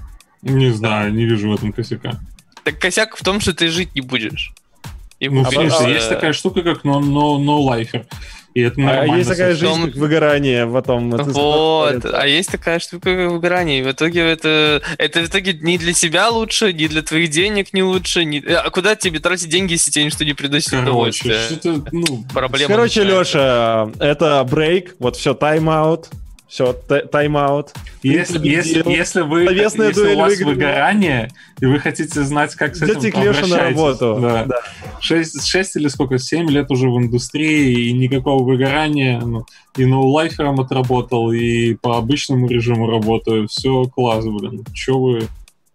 Не знаю, да. не вижу в этом косяка. Так косяк в том, что ты жить не будешь. И ну, в смысле, а, есть а, такая штука, как no-lifer. И это а есть такая жизнь, том... как выгорание потом. Вот, а есть такая штука, как выгорание. И в итоге это, это в итоге не для себя лучше, не для твоих денег не лучше. Не... А куда тебе тратить деньги, если тебе ничто не приносит удовольствия? Ну, Проблема Короче, Леша, это брейк, вот все, тайм-аут. Все, тайм-аут. Если, если, если, вы, если у вас выиграл. Выгорание, и вы хотите знать, как с Идете этим обращаетесь. На работу. Да. Да. шесть, шесть или сколько, семь лет уже в индустрии, и никакого выгорания. Ну, и ноулайфером отработал, и по обычному режиму работаю. Все класс, блин. Че вы...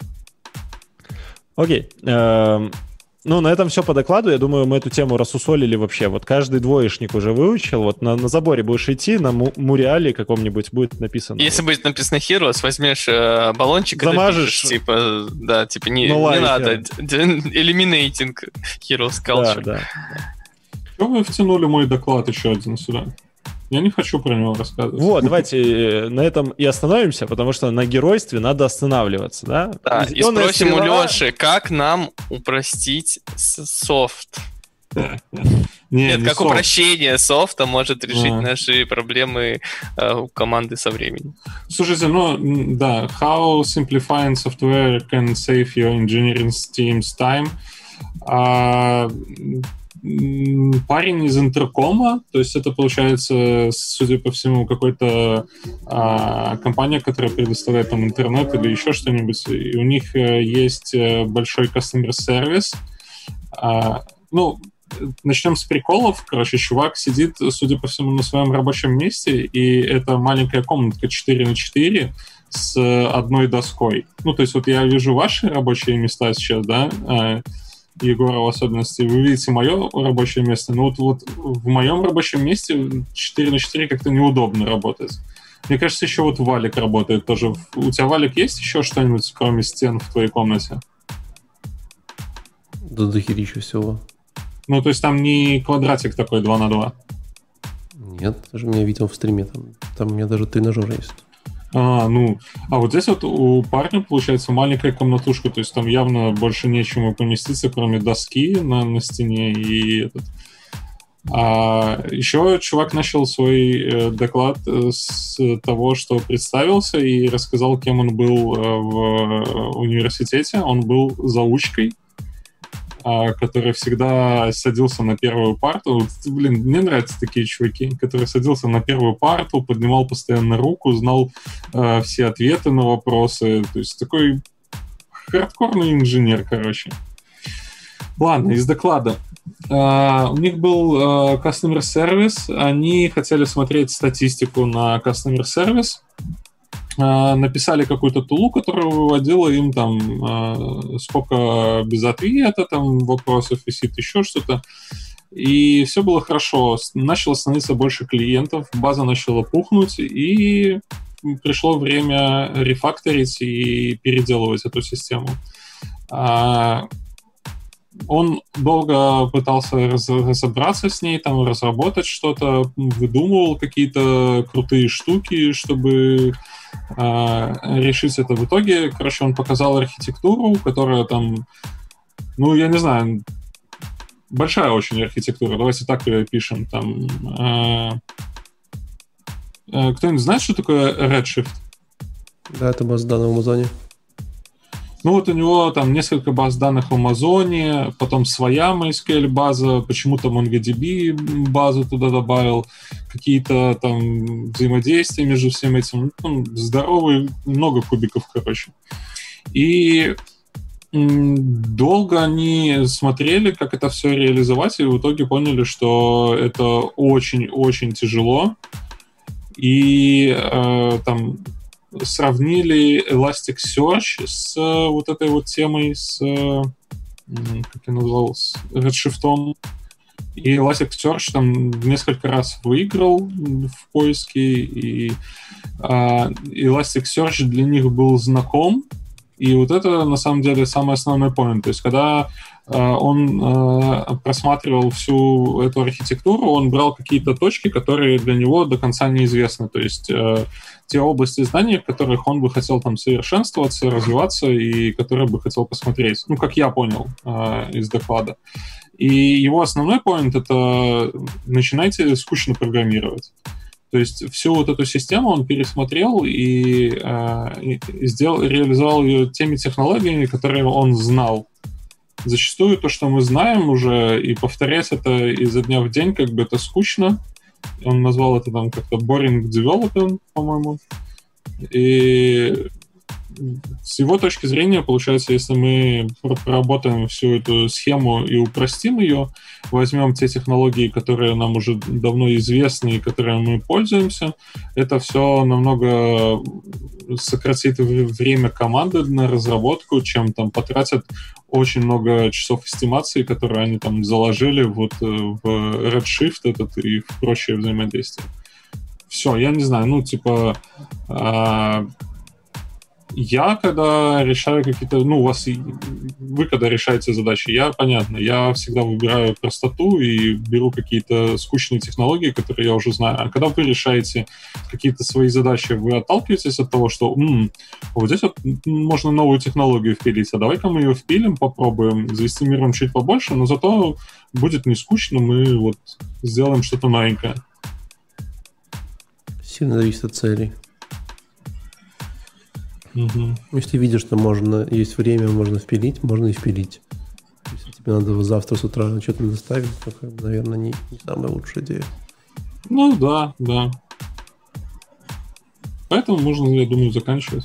Окей. Okay. Ну, на этом все по докладу. Я думаю, мы эту тему рассусолили вообще. Вот каждый двоечник уже выучил. Вот на, на заборе будешь идти, на Муриале каком-нибудь будет написано. Если будет написано Heroes, возьмешь э, баллончик замажешь. И допишешь, типа, да, типа, не, no не надо. Eliminating Heroes Culture. Да, да. Что вы втянули мой доклад еще один сюда? Я не хочу про него рассказывать. Вот, давайте на этом и остановимся, потому что на геройстве надо останавливаться, да? Да, и спросим у Леши, как нам упростить софт? Нет, как упрощение софта может решить наши проблемы у команды со временем. Слушайте, ну, да, how simplifying software can save your engineering team's time. Парень из интеркома, то есть это получается, судя по всему, какой-то а, компания, которая предоставляет там интернет или еще что-нибудь, и у них есть большой customer service. А, ну, начнем с приколов. Короче, чувак сидит, судя по всему, на своем рабочем месте, и это маленькая комнатка четыре на четыре с одной доской. Ну, то есть вот я вижу ваши рабочие места сейчас, да, Егора в особенности. Вы видите мое рабочее место, но вот, вот в моем рабочем месте четыре на четыре как-то неудобно работать. Мне кажется, еще вот валик работает тоже. У тебя, Валик, есть еще что-нибудь, кроме стен в твоей комнате? Да дохерища всего. Ну, то есть там не квадратик такой два на два? Нет, даже меня видел в стриме. Там, там у меня даже тренажер есть. А, ну, а вот здесь вот у парня, получается, маленькая комнатушка, то есть там явно больше нечему поместиться, кроме доски на, на стене и этот. А еще чувак начал свой э, доклад с того, что представился и рассказал, кем он был э, в университете. Он был заучкой, э, который всегда садился на первую парту. Вот, блин, мне нравятся такие чуваки, которые садился на первую парту, поднимал постоянно руку, знал э, все ответы на вопросы. То есть такой хардкорный инженер, короче. Ладно, из доклада. Uh, у них был uh, Customer Service, они хотели смотреть статистику на Customer Service, uh, написали какую-то тулу, которая выводила им там uh, сколько без ответа, там вопросов висит, еще что-то, и все было хорошо, начало становиться больше клиентов, база начала пухнуть, и пришло время рефакторить и переделывать эту систему. Uh, Он долго пытался раз, разобраться с ней, там, разработать что-то, выдумывал какие-то крутые штуки, чтобы э, решить это. В итоге, короче, он показал архитектуру, которая там, ну, я не знаю, большая очень архитектура. Давайте так ее пишем. Там, э, э, кто-нибудь знает, что такое Redshift? Да, это база данных в Амазоне. Ну вот у него там несколько баз данных в Амазоне, потом своя MySQL-база, почему-то MongoDB базу туда добавил, какие-то там взаимодействия между всем этим. Ну, здоровый, много кубиков, короче. И м- долго они смотрели, как это все реализовать, и в итоге поняли, что это очень-очень тяжело. И э, там... сравнили Elasticsearch с вот этой вот темой, с, как я назвал, с Redshift. И Elasticsearch там несколько раз выиграл в поиске, и uh, Elasticsearch для них был знаком, и вот это, на самом деле, самый основной point. То есть, когда uh, он uh, просматривал всю эту архитектуру, он брал какие-то точки, которые для него до конца неизвестны. То есть, uh, те области знаний, в которых он бы хотел там совершенствоваться, развиваться, и которые бы хотел посмотреть. Ну, как я понял uh, из доклада. И его основной point — это начинайте скучно программировать. То есть всю вот эту систему он пересмотрел и, э, и сделал, реализовал ее теми технологиями, которые он знал. Зачастую то, что мы знаем уже, и повторять это изо дня в день, как бы это скучно. Он назвал это там как-то boring development, по-моему. И с его точки зрения, получается, если мы проработаем всю эту схему и упростим ее, возьмем те технологии, которые нам уже давно известны и которыми мы пользуемся, это все намного сократит время команды на разработку, чем там потратят очень много часов эстимации, которые они там заложили вот в Redshift этот и в прочее взаимодействие. Все, я не знаю, ну, типа... Я, когда решаю какие-то... Ну, у вас... Вы, когда решаете задачи, я, понятно, я всегда выбираю простоту и беру какие-то скучные технологии, которые я уже знаю. А когда вы решаете какие-то свои задачи, вы отталкиваетесь от того, что м-м, вот здесь вот можно новую технологию впилить, а давай-ка мы ее впилим, попробуем, заэстимируем чуть побольше, но зато будет не скучно, мы вот сделаем что-то новенькое. Сильно зависит от целей. Угу. Если ты видишь, что можно, есть время, можно впилить, можно и впилить. Если тебе надо завтра с утра что-то доставить, то, как бы, наверное, не, не самая лучшая идея. Ну да, да. Поэтому можно, я думаю, заканчивать.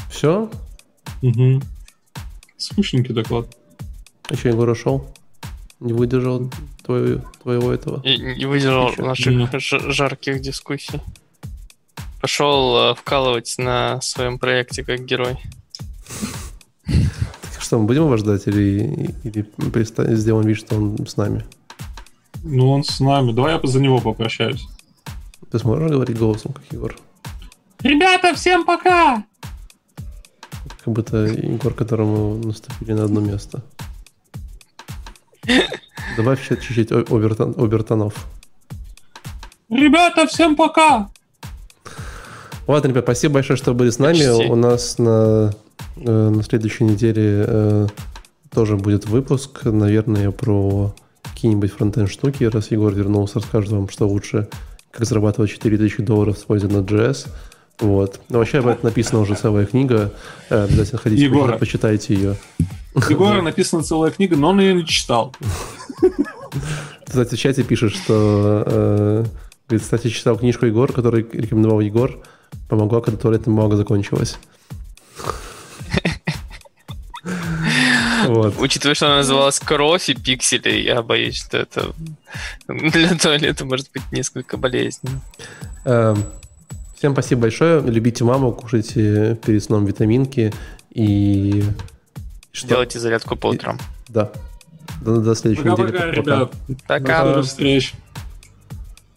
Все? Угу. Скучненький доклад. А еще Егор ушел? Не выдержал твою, твоего этого. И, не выдержал Еще. наших mm. жарких дискуссий. Пошел вкалывать на своем проекте как герой. Так что, мы будем его ждать или, или сделаем вид, что он с нами? Ну, он с нами. Давай я за него попрощаюсь. Ты сможешь говорить голосом, как Егор? Ребята, всем пока! Как будто Егор, которому наступили на одно место. Добавь еще чуть-чуть обертон, обертонов. Ребята, всем пока! Ладно, ребят, спасибо большое, что были с нами. Почти. У нас на, на следующей неделе э, тоже будет выпуск, наверное, про какие-нибудь фронтенд штуки. Раз Егор вернулся, расскажет вам, что лучше, как зарабатывать четыре тысячи долларов с пользой на джей эс. Вот. Но вообще об этом написана уже целая книга. Обязательно ходите, Егора. Почитайте ее. Егора написана целая книга, но он ее не читал. Ты, кстати, в чате пишешь, что э, говорит, кстати, читал книжку Егор, которую рекомендовал Егор. Помогла, когда туалетная бумага закончилась. Вот. Учитывая, что она называлась «Кровь и пиксели», я боюсь, что это для туалета может быть несколько болезненно. Всем спасибо большое. Любите маму, кушайте перед сном витаминки и... Делайте зарядку по утрам. Да. До, до следующей пока, недели. Пока, ребят. Пока. До встречи.